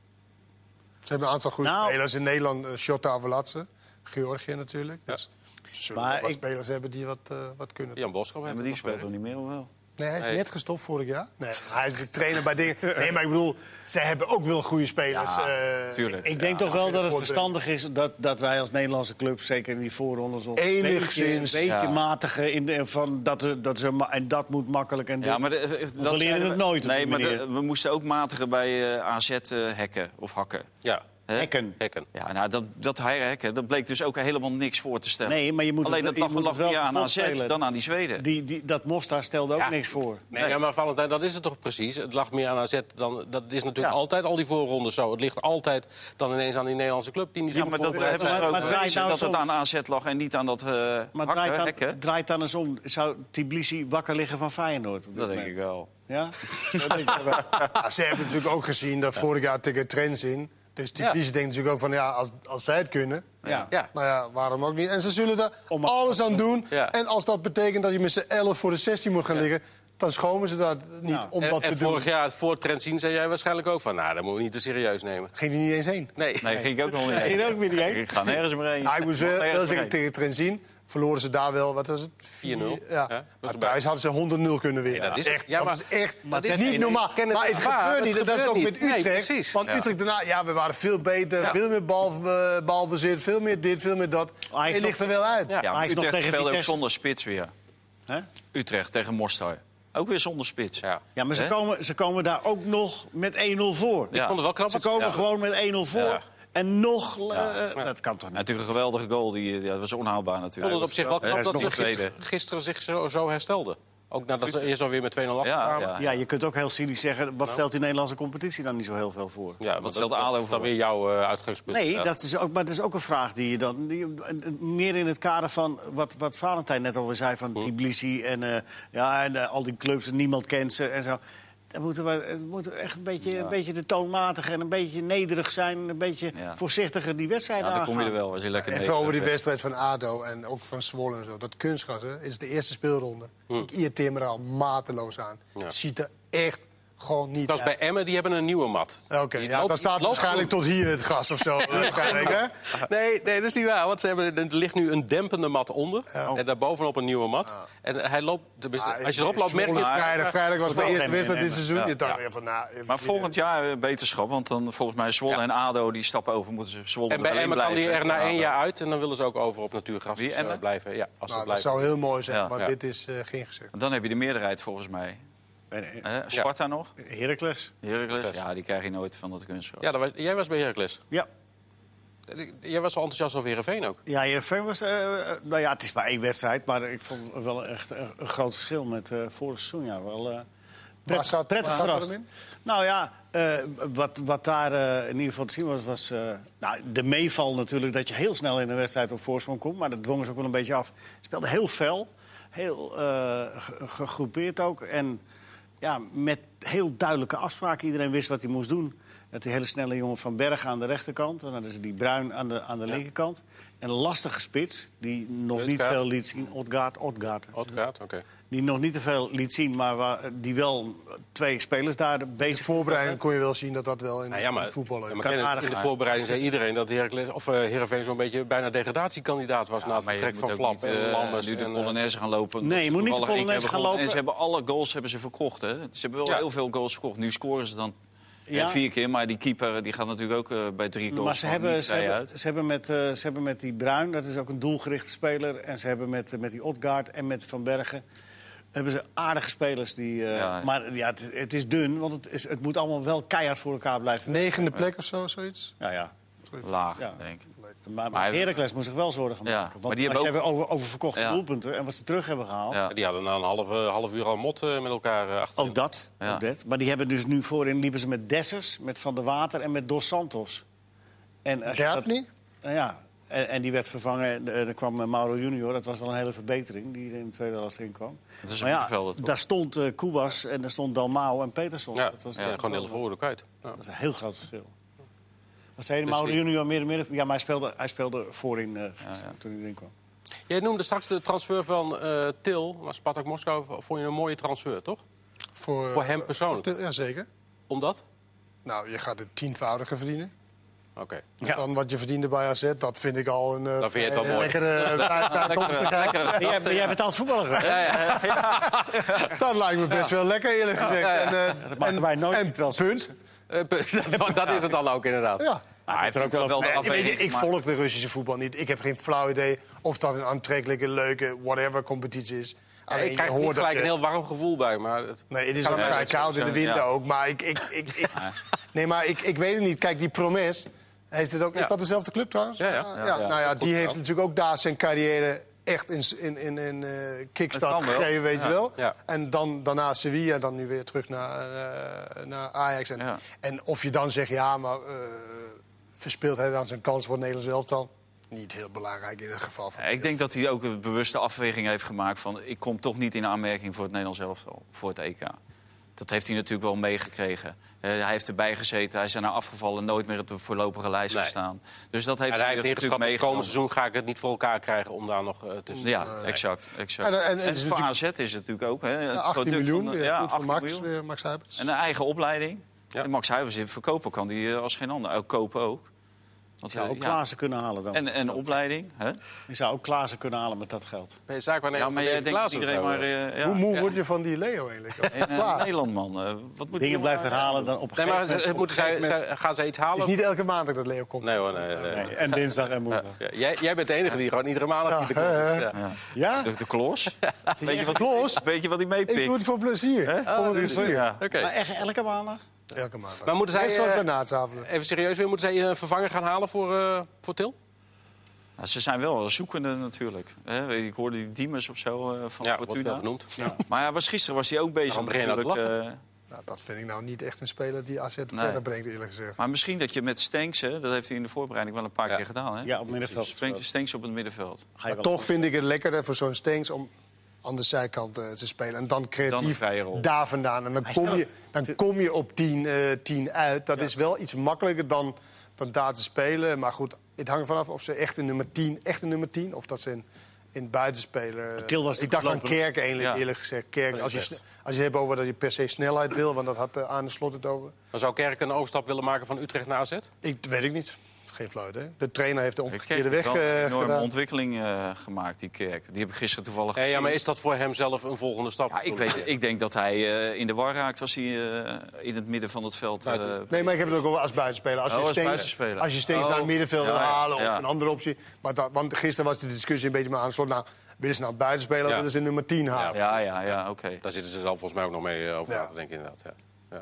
Ze hebben een aantal goede Nou. spelers in Nederland. Uh, Shota Avalatse, Georgië natuurlijk. Dus ze zullen Maar wel wat ik- spelers hebben die wat, uh, wat kunnen. Jan Boskop Ja, heeft maar die het speelt nog toch niet meer, of wel? Nee, hij is Nee. net gestopt vorig jaar. Nee, hij is de trainer bij dingen. Nee, maar ik bedoel, zij hebben ook wel goede spelers. Ja, uh, tuurlijk. Ik denk Ja, toch wel ik dat het vind het verstandig is dat, dat wij als Nederlandse club, zeker in die voorrondes, ons Enigszins, een beetje, een beetje ja. matigen in de, van dat, ze- dat ze ma- en dat moet makkelijk en Ja, dit. maar de, de- we dat leren zeiden het we- nooit op Nee, die maar de- manier. we moesten ook matigen bij uh, A Z uh, hekken of hakken. Ja, Hè? Hekken. hekken. Ja, nou, dat, dat hekken, dat bleek dus ook helemaal niks voor te stellen. Nee, maar je moet Alleen het, dat je lag, moet lag het wel meer aan kapot A Z spelen. dan aan die Zweden. Die, die, dat Mostar stelde ook Ja. niks voor. Nee, Nee. Ja, maar Valentijn, dat is het toch precies. Het lag meer aan A Z dan... Dat is natuurlijk Ja. altijd al die voorrondes zo. Het ligt altijd dan ineens aan die Nederlandse club die niet Ja, zo maar dat voorbereid hebben ze zijn. maar- ook maar bewezen, draai nou dat het eens aan A Z lag en niet aan dat uh, Maar hakken, draait dan, hekken. draait dan eens om. Zou Tbilisi wakker liggen van Feyenoord? op dit Dat denk moment? ik wel. Ja? Dat denk ik wel. Ja, ze hebben natuurlijk ook gezien dat vorig jaar tegen Trends in. Dus die Ja. ja. denkt natuurlijk ook van ja, als, als zij het kunnen, Ja. Ja. nou ja, waarom ook niet? En ze zullen daar Om- alles aan doen. Ja. En als dat betekent dat je met z'n elf voor de zestien moet gaan liggen, dan schomen ze dat niet Ja. om En, dat en te doen. vorig jaar, voor Trent zien, zei jij waarschijnlijk ook van... nou, dat moeten we niet te serieus nemen. Ging die niet eens heen. Nee. Nee, ging ik ook nog niet Ging heen. je ook weer niet heen? Ik ga nergens meer heen. Nou, ik moest wel, Nergens wel meer zeggen, heen. tegen Trenzin verloren ze daar wel, wat was het? vier nul. Ja. Ja, was Maar erbij. thuis hadden ze honderd nul kunnen winnen. Nee, dat is- echt, ja, dat maar- is echt maar dat is dit- niet normaal. ik ken het Maar het niet waar, gebeurt het niet. Dat is gebeurt ook niet. met Nee, Utrecht. precies. Want Ja. Utrecht daarna, ja, we waren veel beter. Ja. Veel meer bal, eh, balbezit, veel meer dit, veel meer dat. Ajax Je ligt er wel uit. Ja. Ja, maar Ajax nog Utrecht tegen speelde ook Vitesse. zonder spits weer. Hè? Utrecht tegen Mostar. Ook weer zonder spits. Ja. Ja, maar ze Hè? komen, ze komen daar ook nog met één nul voor. Ik vond het wel knap. Ze wat komen ja. gewoon met één nul voor. Ja. En nog... eh, Ja. Dat kan toch niet? Natuurlijk een geweldige goal. Die, ja, dat was onhaalbaar Ik natuurlijk. vond het op zich wel Hij knap is dat nog ze een tweede. gisteren, gisteren zich zo, zo herstelden. Ook nadat ze eerst alweer met twee nul Ja, afkwamen. ja. Ja, je kunt ook heel cynisch zeggen... wat stelt die Nederlandse competitie dan niet zo heel veel voor? Ja, want stelt dat, ADO dat is dan voor? weer jouw uh, uitgangspunt. Nee, Ja. dat is ook, maar dat is ook een vraag die je dan... Die, meer in het kader van wat, wat Valentijn net alweer zei... van Tbilisi en, uh, ja, en uh, al die clubs, nniemand kent ze en zo. Dan moeten we, het moet echt een beetje, Ja. een beetje de toonmatig en een beetje nederig zijn... een beetje Ja. voorzichtiger die wedstrijden Ja, dan aangaan. kom je er wel als je lekker Even negen over die hebt. wedstrijd van ADO en ook van Zwolle en zo. Dat kunstgras, hè, is de eerste speelronde. Ik irriteer me er al mateloos aan. Ja. Ziet er echt gewoon niet Dat was bij uit. Emmen, die hebben een nieuwe mat. Oké, Die ja, loopt- dan staat loopt waarschijnlijk goed. tot hier het gras of zo. waarschijnlijk, hè? Nee, nee, dat is niet waar. Want ze hebben, er ligt nu een dempende mat onder. En daarbovenop een nieuwe mat. En hij loopt... tenminste, Ah, als je erop loopt, merk je... Zwolle vrijdag, vrijdag was mijn wel eerste Emmen, wedstrijd dit Emmen. seizoen. Ja. Je dacht Ja. weer van, nou, even Maar hier. volgend jaar uh, beterschap. Want dan volgens mij Zwolle Ja. en ADO die stappen over. Moeten ze Zwolle En bij alleen Emmen kan die blijven. er na Ja, één jaar uit. En dan willen ze ook over op natuurgras Wie, dus, uh, Emmen? blijven. Ja, als ze Nou, dat blijven. zou heel mooi zijn, Ja. maar Ja. dit is uh, geen gezegd. Dan heb je de meerderheid volgens mij. Hè? Sparta nog? Heracles. Heracles? Ja, die krijg je nooit van dat kunstgras. Ja, dat was, jij was bij Heracles. Ja. Jij was wel enthousiast over Heerenveen ook. Ja, Heerenveen was... eh, nou ja, het is maar één wedstrijd. Maar ik vond het wel echt een, een groot verschil met uh, vorig seizoen. Ja, wel uh, Waar pret, zat- prettig waar zat verrast. hem in? Nou ja, uh, wat, wat daar uh, in ieder geval te zien was... was uh, nou, de meeval natuurlijk dat je heel snel in een wedstrijd op voorsprong komt. Maar dat dwongen ze ook wel een beetje af. Speelde heel fel. Heel uh, gegroepeerd ook. En ja, met heel duidelijke afspraken. Iedereen wist wat hij moest doen. Dat die hele snelle jongen van Bergen aan de rechterkant. En dan hadden ze die Bruin aan de, aan de Ja. linkerkant. En een lastige spits, die nog niet Odgaard. veel liet zien. Odgaard, Odgaard. Odgaard, oké. die nog niet te veel liet zien, maar waar, die wel twee spelers daar In bezig de voorbereiding kon je wel zien dat dat wel in Nou ja, maar, in voetbal ja, is. maar Kan in, aardig in de zijn. voorbereiding zei iedereen dat Heracles, of uh, Heerenveen zo'n beetje bijna degradatiekandidaat was na het maar je vertrek van moet ook Flap niet, en uh, Lammers. nu de en, uh, Polonaise gaan lopen. Nee, je moet niet de Toevallig één keer Polonaise gaan hebben gewonnen. lopen. En ze hebben alle goals hebben ze verkocht. Hè? Ze hebben wel Ja. heel veel goals verkocht. Nu scoren ze dan Ja. ja. vier keer. Maar die keeper die gaat natuurlijk ook uh, bij drie goals Maar ze gewoon hebben, niet ze, vrij hebben, uit. ze, hebben met, uh, ze hebben met die Bruin, dat is ook een doelgerichte speler... en ze hebben met, uh, met die Odgaard en met Van Bergen... hebben ze aardige spelers. Die, uh, Ja. Maar ja, het, het is dun, want het, is, het moet allemaal wel keihard voor elkaar blijven. Negende plek of zo, zoiets? Ja, ja. Laag, Ja. denk ik. Maar, Maar- maar Heracles moet zich wel zorgen Ja, maken. Want maar die als je hebben hebben over, over verkochte Ja. doelpunten en wat ze terug hebben gehaald... Ja. Die hadden na een halve, half uur al mot uh, met elkaar uh, achterin. Ook dat, Ja. ook dat. Maar die hebben dus nu voorin liepen ze met Dessers, met Van der Water en met Dos Santos. En als je dat- Derpny? Nou ja, en, en die werd vervangen. eh, Er kwam eh, Mauro Junior. Dat was wel een hele verbetering die er in de tweede helft in kwam. Dat is een Maar ja, middenvelder, toch? daar stond uh, Koewas en daar stond Dalmau en Peterson. Ja, dat was ja, natuurlijk gewoon de wel- hele voorhoede kwijt. Ja. Dat is een heel groot verschil. Wat zei je, Dus Mauro die- Junior meer midden? Ja, maar hij speelde, hij speelde voorin uh, ja. toen hij erin kwam. Jij noemde straks de transfer van uh, Til naar Spartak Moskou. Vond je een mooie transfer, toch? Voor, Voor hem persoonlijk? Uh, Jazeker. Omdat? Nou, je gaat het tienvoudige verdienen. Oké. Ja. Dan wat je verdiende bij A Z, dat vind ik al een uh, Dan vind je het wel een mooi. lekkere bij- bijkomstigheid. Ben jij, ben jij betaald voetballer geweest? Dat lijkt me best wel lekker, eerlijk gezegd. En, uh, Dat maken wij nooit en niet transfer. punt. Uh, dat, dat is het dan ook inderdaad. Ja. Maar hij heeft ook wel, wel de Nee, weet je, afweging ik gemaakt. volg de Russische voetbal niet. Ik heb geen flauw idee of dat een aantrekkelijke, leuke, whatever competitie is. Ja, Alleen ik krijg je er niet hoort dat gelijk je- een heel warm gevoel bij. Maar het... Nee, het is Ja, ook nee, vrij dat is koud in de zo, winter ja. ook. Maar ik, ik, ik, ik, nee, maar ik, ik weet het niet. Kijk, die Promes, heeft het ook, Ja. is dat dezelfde club trouwens? Ja, ja. ja, Ja. nou ja, Goed die heeft gedaan. natuurlijk ook daar zijn carrière echt in, in, in, in uh, kickstart Dat kan wel. gegeven, weet Ja. je wel. Ja. En dan, daarna Sevilla, dan nu weer terug naar, uh, naar Ajax. En, Ja. en of je dan zegt, ja, maar uh, verspeelt hij dan zijn kans voor het Nederlands elftal? Niet heel belangrijk in het geval van... Ja, ik denk dat hij ook een bewuste afweging heeft gemaakt van... ik kom toch niet in aanmerking voor het Nederlands elftal, voor het E K. Dat heeft hij natuurlijk wel meegekregen. Uh, hij heeft erbij gezeten, hij is erna afgevallen... nooit meer op de voorlopige lijst Nee. gestaan. Dus dat heeft En hij, hij heeft natuurlijk ingeschat, het meegenomen. komend seizoen ga ik het niet voor elkaar krijgen om daar nog uh, tussen Ja, te exact. exact. En, En, en- en het is voor natuurlijk- A Z is het natuurlijk ook. Hè, het Ja, achttien product miljoen, van de- weer ja, goed voor achttien Max, miljoen. weer Max Huiberts. En een eigen opleiding. Ja. En Max Huibers in verkopen kan die eh, als geen ander. Ook kopen ook. Want, Je zou eh, ook ja. Klaassen kunnen halen dan. En, en opleiding. Hè? Je zou ook Klaassen kunnen halen met dat geld. Ben je zaakwaarnemer Ja, maar van jij David denkt dat Klaassen iedereen of zo, maar... uh? eh, ja. Hoe moe Ja. word je van die Leo eigenlijk? En, eh, Klaar. Nederland, man. eh, wat moet die Dingen jongen blijven nou- herhalen dan op een Nee, gegeven maar ze- moment- op moeten een zij, gegeven moment- zij- gaan zij iets Het halen? is niet elke maandag dat Leo komt. Nee hoor, nee. nee. Nee, en dinsdag en woensdag. Ja, jij, jij bent de enige die gewoon iedere maandag hier de kop hè, is. hè. Ja. Ja? De, de Klos. Weet je wat Klos? Weet je wat hij Ik doe meepikt? het voor plezier. Hè? Voor dat is plezier. Ja. Oké. Maar echt elke maandag? Elke maandag. Maar moeten zij, Net zoals eh, bij Naatsavond. Even serieus weer, moeten zij een vervanger gaan halen voor, uh, voor Til? Nou, ze zijn wel zoekende natuurlijk. Hè? Ik hoorde die Diemers of zo uh, van Ja, wordt Fortuna. veel genoemd. Ja. Maar ja, was, gisteren was hij ook bezig Daarom begin je nou te natuurlijk. eh, Nou, dat vind ik nou niet echt een speler die A Z Nee. verder brengt, eerlijk gezegd. maar misschien dat je met Stenks, hè, dat heeft hij in de voorbereiding wel een paar Ja. keer gedaan. Hè? Ja, op middenveld. Stenks, Stenks op het middenveld. Ga je Maar wel- toch vind ik het lekkerder voor zo'n Stenks om aan de zijkant eh, te spelen. En dan Dan creatief een vrije rol. daar vandaan. En dan Hij kom stelt- je, dan kom je op tien, eh, tien uit. Dat is wel iets makkelijker dan, dan daar te spelen. Maar goed, het hangt vanaf of ze echt een nummer tien, echt een nummer tien... of dat ze in, in het buitenspeler... Til was ik dacht aan goedloper. Kerk eigenlijk, Ja. eerlijk gezegd. Kerk, als, je, best. sne- als je het hebt over dat je per se snelheid wil... want dat had uh, Arne Slot het over. Maar zou Kerk een overstap willen maken van Utrecht naar A Z? Ik weet ik niet. Geen flauw idee. De trainer heeft de Kerk omgekeerde weg heeft wel een eh, enorme gedaan. ontwikkeling eh, gemaakt, die Kerk. Die heb ik gisteren toevallig Ja, ja, gezien. maar is dat voor hem zelf een volgende stap? Ja, ik, weet, ik denk dat hij eh, in de war raakt als hij eh, in het midden van het veld... eh, Buiten- Nee, maar ik heb het ook over als buitenspeler. Als Oh, je als Stenks, buitenspeler. als je Stenks Oh, naar het middenveld wil ja, ja, halen ja. of een andere optie. Maar dat, want gisteren was de discussie een beetje maar aan de slot. Nou, willen ze nou buitenspeler of Ja. willen ze nummer tien halen? Ja, ja, ja, oké. Daar zitten ze zelf volgens mij ook nog mee uh, over Ja. na te denken, inderdaad. Ja. Ja.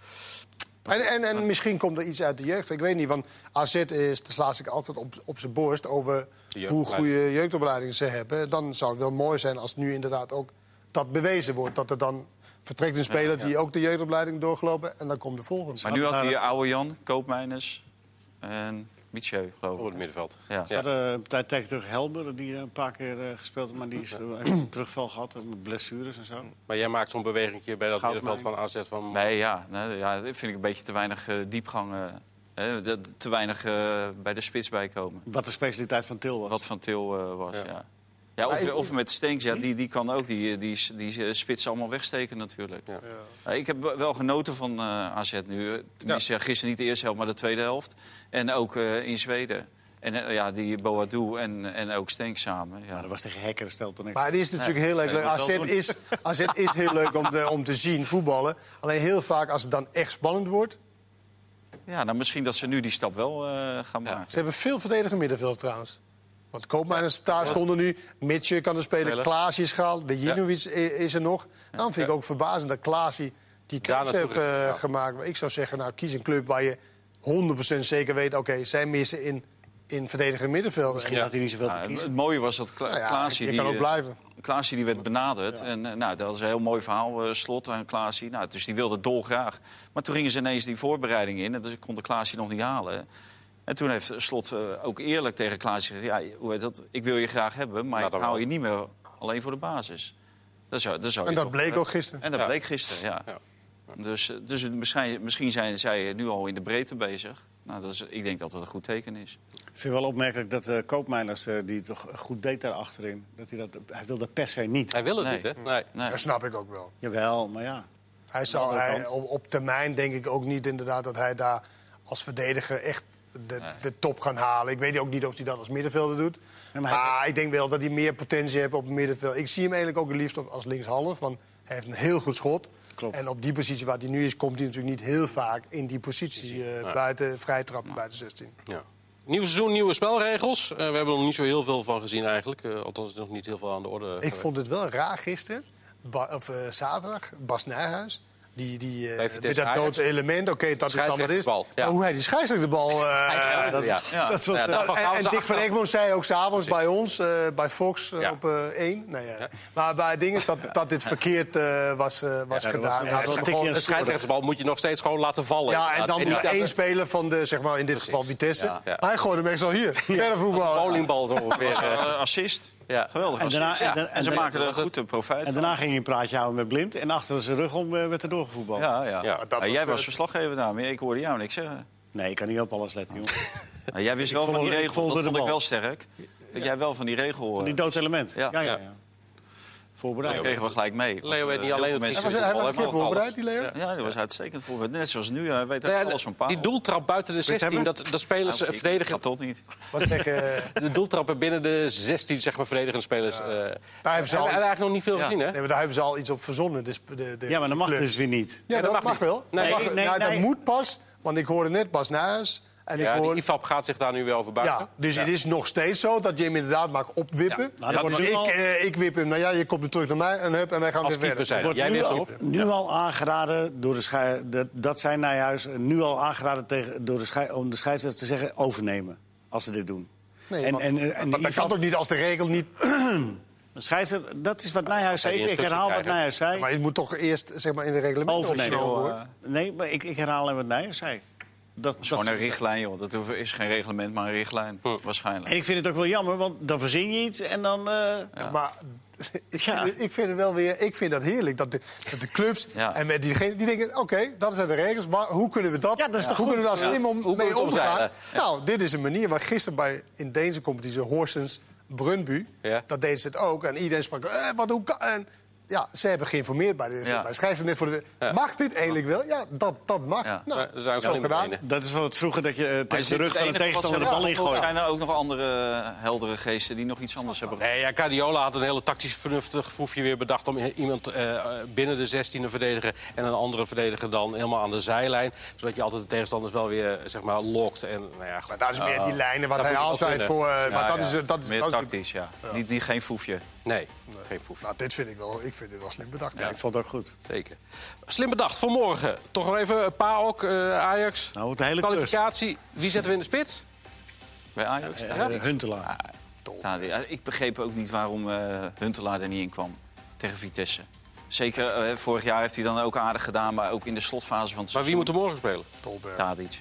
En, en, en misschien komt er iets uit de jeugd. Ik weet niet, want A Z is, daar slaat ik altijd op, op zijn borst over De hoe jeugdopleiding. goede jeugdopleidingen ze hebben. Dan zou het wel mooi zijn als nu inderdaad ook dat bewezen wordt. Dat er dan vertrekt een speler die ook de jeugdopleiding doorgelopen en dan komt de volgende. Maar nu had hij oude Jan, Koopmeiners en Michel, geloof Voor ik. het middenveld. Ja. Ze hadden een tijd tegen terug Helmer, die een paar keer uh, gespeeld heeft, maar die is, uh, heeft een terugval gehad uh, met blessures en zo. Maar jij maakt zo'n bewegingje bij dat Goudmijn. middenveld van A Z van... Nee, ja, nee, ja, dat vind ik een beetje te weinig uh, diepgang. Uh, hè, de- te weinig uh, bij de spits bijkomen. Wat de specialiteit van Til was. Wat van Til uh, was, Ja. ja. Ja, of, Maar ik- of met Stenks, ja, die, die kan ook die, die, die, die spitsen allemaal wegsteken natuurlijk. Ja. Ja, ik heb wel genoten van uh, A Z nu. Tenminste, ja. gisteren niet de eerste helft, maar de tweede helft. En ook uh, in Zweden. En uh, ja, die Boadou en, en ook Stenks samen. Ja. Ja, dat was tegen Hekker, stelt dan niks. Maar het is natuurlijk Nee, heel leuk. nee, dat A Z wel doen. is, A Z is heel leuk om, de, om te zien voetballen. Alleen heel vaak als het dan echt spannend wordt. Ja, nou misschien dat ze nu die stap wel uh, gaan maken. Ze hebben veel verdedigend middenveld trouwens. Want Koopmeiners daar stonden nu. Mitje kan er spelen. Spelen. Klaasje is gehaald. De Jinovic is er nog. Dan vind ik Ja. ook verbazend dat Klaasje die Daar keuze heeft naartoe is uh, gegaan. gemaakt. Maar ik zou zeggen, nou, kies een club waar je honderd procent zeker weet... oké, okay, zij missen in, in verdedigend middenveld. Misschien Ja. had hij niet zoveel Ja, te het, kiezen. het mooie was dat Kla Nou ja, Klaasje... je die, kan ook uh, blijven. Klaasje die werd benaderd. En uh, nou, dat was een heel mooi verhaal, uh, Slot aan Klaasje. Nou, dus die wilde dolgraag. Maar toen gingen ze ineens die voorbereiding in. En dus ik kon de Klaasje nog niet halen. En toen heeft Slot uh, ook eerlijk tegen Klaasje gezegd... Ja, hoe heet dat? Ik wil je graag hebben, maar Nou, ik dan hou wel. je niet meer alleen voor de basis. Dat zou, dat zou En je dat toch, bleek uh, ook gisteren. En dat Ja. bleek gisteren, ja. Ja. Dus, uh, dus misschien, misschien zijn zij nu al in de breedte bezig. Nou, dat is, ik denk dat dat een goed teken is. Ik vind wel opmerkelijk dat uh, Koopmeiners, uh, die het toch goed deed daar achterin... Dat hij, dat, hij wil dat per se niet. Hij wil het Nee. niet, hè? Nee. Nee. Dat snap ik ook wel. Jawel, maar ja. Hij zal, andere hij, kant. op, op termijn denk ik ook niet inderdaad dat hij daar als verdediger echt de, de top gaat halen. Ik weet ook niet of hij dat als middenvelder doet. Ja, maar maar hij- ik denk wel dat hij meer potentie heeft op het middenveld. Ik zie hem eigenlijk ook het liefst op- als linkshalf. Want hij heeft een heel goed schot. Klopt. En op die positie waar hij nu is, komt hij natuurlijk niet heel vaak in die positie. Uh, Nee. buiten vrij trappen, buiten zestien. Ja. Nieuw seizoen, nieuwe spelregels. Uh, we hebben er nog niet zo heel veel van gezien eigenlijk. Uh, althans, er is nog niet heel veel aan de orde Ik geweest. vond het wel raar gisteren, ba- of uh, zaterdag, Bas Nijhuis. Die, die, uh, Bij Vitesse met dat Ajax. dood element, oké, okay, dat is dan wat het is. Scheidsrechterbal, ja. Maar hoe hij die scheidsrechterbal... Uh, Ja, dat- ja. Ja. Dat was, Ja, uh, daarvan en gaan en ze Dick van achter- Egmond zei ook s'avonds bij ons, uh, bij Fox, uh, Ja. op uh, één. Nee, ja. Ja. Maar bij dingen dat, dat dit verkeerd uh, was, uh, was Ja, dat gedaan. was- Ja, ja, dat was een begon- tikje in De scheidsrechtersbal moet je nog steeds gewoon laten vallen. ja, en Inderdaad. dan niet moet aan de- één speler van de, zeg maar in dit geval Vitesse. Ja. Ja. Maar hij gooide hem echt zo hier. Verder voetbal. bowlingbal zo ongeveer. Uh, uh, assist. Ja. Geweldig En daarna- assist. en Ja. da- En ze en maken er was het- goed een profijt en van. daarna ging hij een praatje houden met Blind. En achter zijn rug om uh, werd er doorgevoetbald. Ja, ja. Ja. dat Ja, was, jij uh, was verslaggever daar, maar ik hoorde jou niks zeggen. Nee, ik kan niet op alles letten, jongen. Nou, jij wist wel Ik van die volgde- ik regel, volgde dat de vond ik bal. wel sterk. Dat jij wel van die regel... Van die uh, doodselement. Ja. Ja, ja, Ja. ja. Dat Voorbereid. kregen we gelijk mee. Want, Leo weet uh, niet heel alleen veel het mensen- Hij was, hij was een Hij keer mag voorbereid, alles. die Leo. Ja. Ja, dat was uitstekend voorbereid. Net zoals nu, hij weet echt Nou ja, alles van Paal. die doeltrap buiten de zestien, dat, dat spelers Nou, uh, ik- verdedigen. Dat toch niet. Wat zeggen, uh, De doeltrappen binnen de zestien, zeg maar, verdedigende spelers. Uh, daar hebben ze hebben we al, eigenlijk nog niet veel Ja. gezien, hè? nee, maar daar hebben ze al iets op verzonnen. Dus de, de, Ja, maar dat mag clubs. dus weer niet. Ja, Ja, dat, dat mag, mag niet. wel. Nee, dat, mag, ik- nee, nou, dat nee. moet pas, want ik hoorde net Bas Nijhuis. En Ja, ik die hoor, I F A B gaat zich daar nu weer over buigen. ja, dus het is nog steeds zo dat je hem inderdaad mag opwippen. Nou, dat Ja, wordt dus nu ik, al- eh, ik wip hem, nou ja, je komt hem terug naar mij en, hup, en wij gaan Als weer verder. keeper zijn. Wordt Jij nu wist al, erop. nu al aangeraden door de schei, dat, dat zijn Nijhuis nu al aangeraden tegen, door de schei, om de scheidsrechter te zeggen overnemen als ze dit doen. Nee, en, maar- en, en, maar dat I F A kan toch niet als de regel niet... de scheidsrechter, dat is wat Nijhuis als hij zei. die Ik instructie herhaal wat krijgen. Nijhuis zei. Maar het moet toch eerst zeg maar, in de reglementen Overnemen. opgenomen Joh, worden? uh, Nee, maar ik, ik herhaal alleen wat Nijhuis zei. Dat, dat, Gewoon een richtlijn, joh. Dat hoeft- is geen reglement, maar een richtlijn. Hm. Waarschijnlijk. En ik vind het ook wel jammer, want dan verzin je iets en dan... eh, Ja, maar ik, Ja. vind, ik vind het wel weer, ik vind dat heerlijk dat de, dat de clubs Ja. en met diegene die denken, oké, dat zijn de regels, maar hoe kunnen we dat? Ja, dat is toch hoe goed? kunnen we daar slim om, Hoe kunnen mee we het omgaan? omzeilen? Nou, dit is een manier waar gisteren bij in deze competitie Horsens Brøndby, Ja. dat deden ze het ook en iedereen sprak, eh, wat hoe kan? En, ja, ze hebben geïnformeerd bij de Ja. bij de scheidsrechter net voor de. Ja. Mag dit eigenlijk wel? Ja, dat, dat mag. Ja. Nou, Ja, daar zijn we zo slim gedaan. benen. dat is wat vroeger dat je uh, Maar tegen is de dit rug het van de enige wat tegenstander de ze- bal Of ingooit. zijn er ook nog andere uh, heldere geesten die nog iets anders hebben gedaan? Nee, ja, Guardiola had een hele tactisch vernuftig foefje weer bedacht... om iemand eh, binnen de zestien te verdedigen en een andere verdediger dan helemaal aan de zijlijn. Zodat je altijd de tegenstanders wel weer zeg maar, lokt. En, nou ja, goed. Maar dat is meer die lijnen wat dat hij moet je altijd wel voor. eh, maar Ja, dat ja. is, eh, dat is, Meer dat is de- tactisch, ja. Niet, niet geen foefje. Nee, geen foefje. nou, dit vind ik wel. Ik vind dit wel slim bedacht. Ja, ik vond het ook goed. Zeker. Slim bedacht voor morgen. Toch nog even PAOK, uh, Ajax. Nou, de hele klus. Kwalificatie. Wie zetten we in de spits? Bij Ajax? Uh, Ja. Huntelaar. Nou, die- ik begreep ook niet waarom uh, Huntelaar er niet in kwam tegen Vitesse. Zeker, uh, vorig jaar heeft hij dan ook aardig gedaan, maar ook in de slotfase van het Maar wie moet er morgen spelen? Dolberg. Tadic.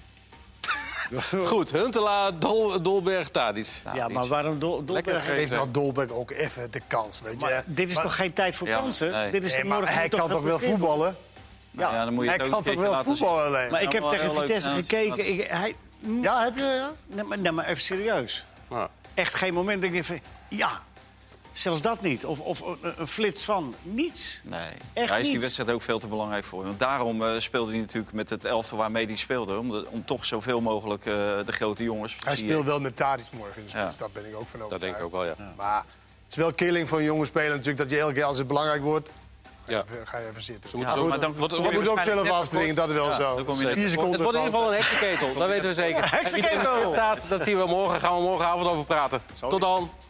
Goed, Huntelaar, Dol, Dolberg, Tadic. Ja, maar waarom Dol Lekker. Dolberg? Geef nou Dolberg ook even de kans. Weet je. Maar dit is Maar- toch geen tijd voor Ja, kansen? nee. Dit is Nee, de maar morgen hij moet kan toch wel gepresteerd worden? voetballen? Ja, ja, dan moet je Hij het ook kan een toch keertje wel laten zien. voetballen alleen? Maar ik heb Wel tegen heel leuk Vitesse laten gekeken. zien. Ik, hij, Ja, heb je? Ja? nee, maar, nee, maar even serieus. Nou, Echt geen moment dat ik denk van... Ja, Zelfs dat niet. Of, of een, een flits van niets. Nee, Echt daar is die niets. wedstrijd ook veel te belangrijk voor. Want daarom uh, speelde hij natuurlijk met het elftal waarmee hij speelde. Om, de, om toch zoveel mogelijk uh, de grote jongens... Hij zie speelt je. wel met Tadic morgen in de spits. Ja. Dat ben ik ook van overtuigd. Dat denk ik ook wel, ja. Ja. Maar het is wel killing voor een jonge speler natuurlijk... dat je elke keer als het belangrijk wordt... Ja. ga je even zitten. Ze Ja, moeten maar dan, Wordt- Je wordt- moet ook waarschijnlijk zelf net afdwingen, dat is wel Ja, zo. dan kom je net- Vier seconden Het wordt in ieder geval een heksenketel, dat weten we zeker. Heksenketel! En wie er in de spits staat, dat zien we morgen. Gaan we morgenavond over praten. Tot dan.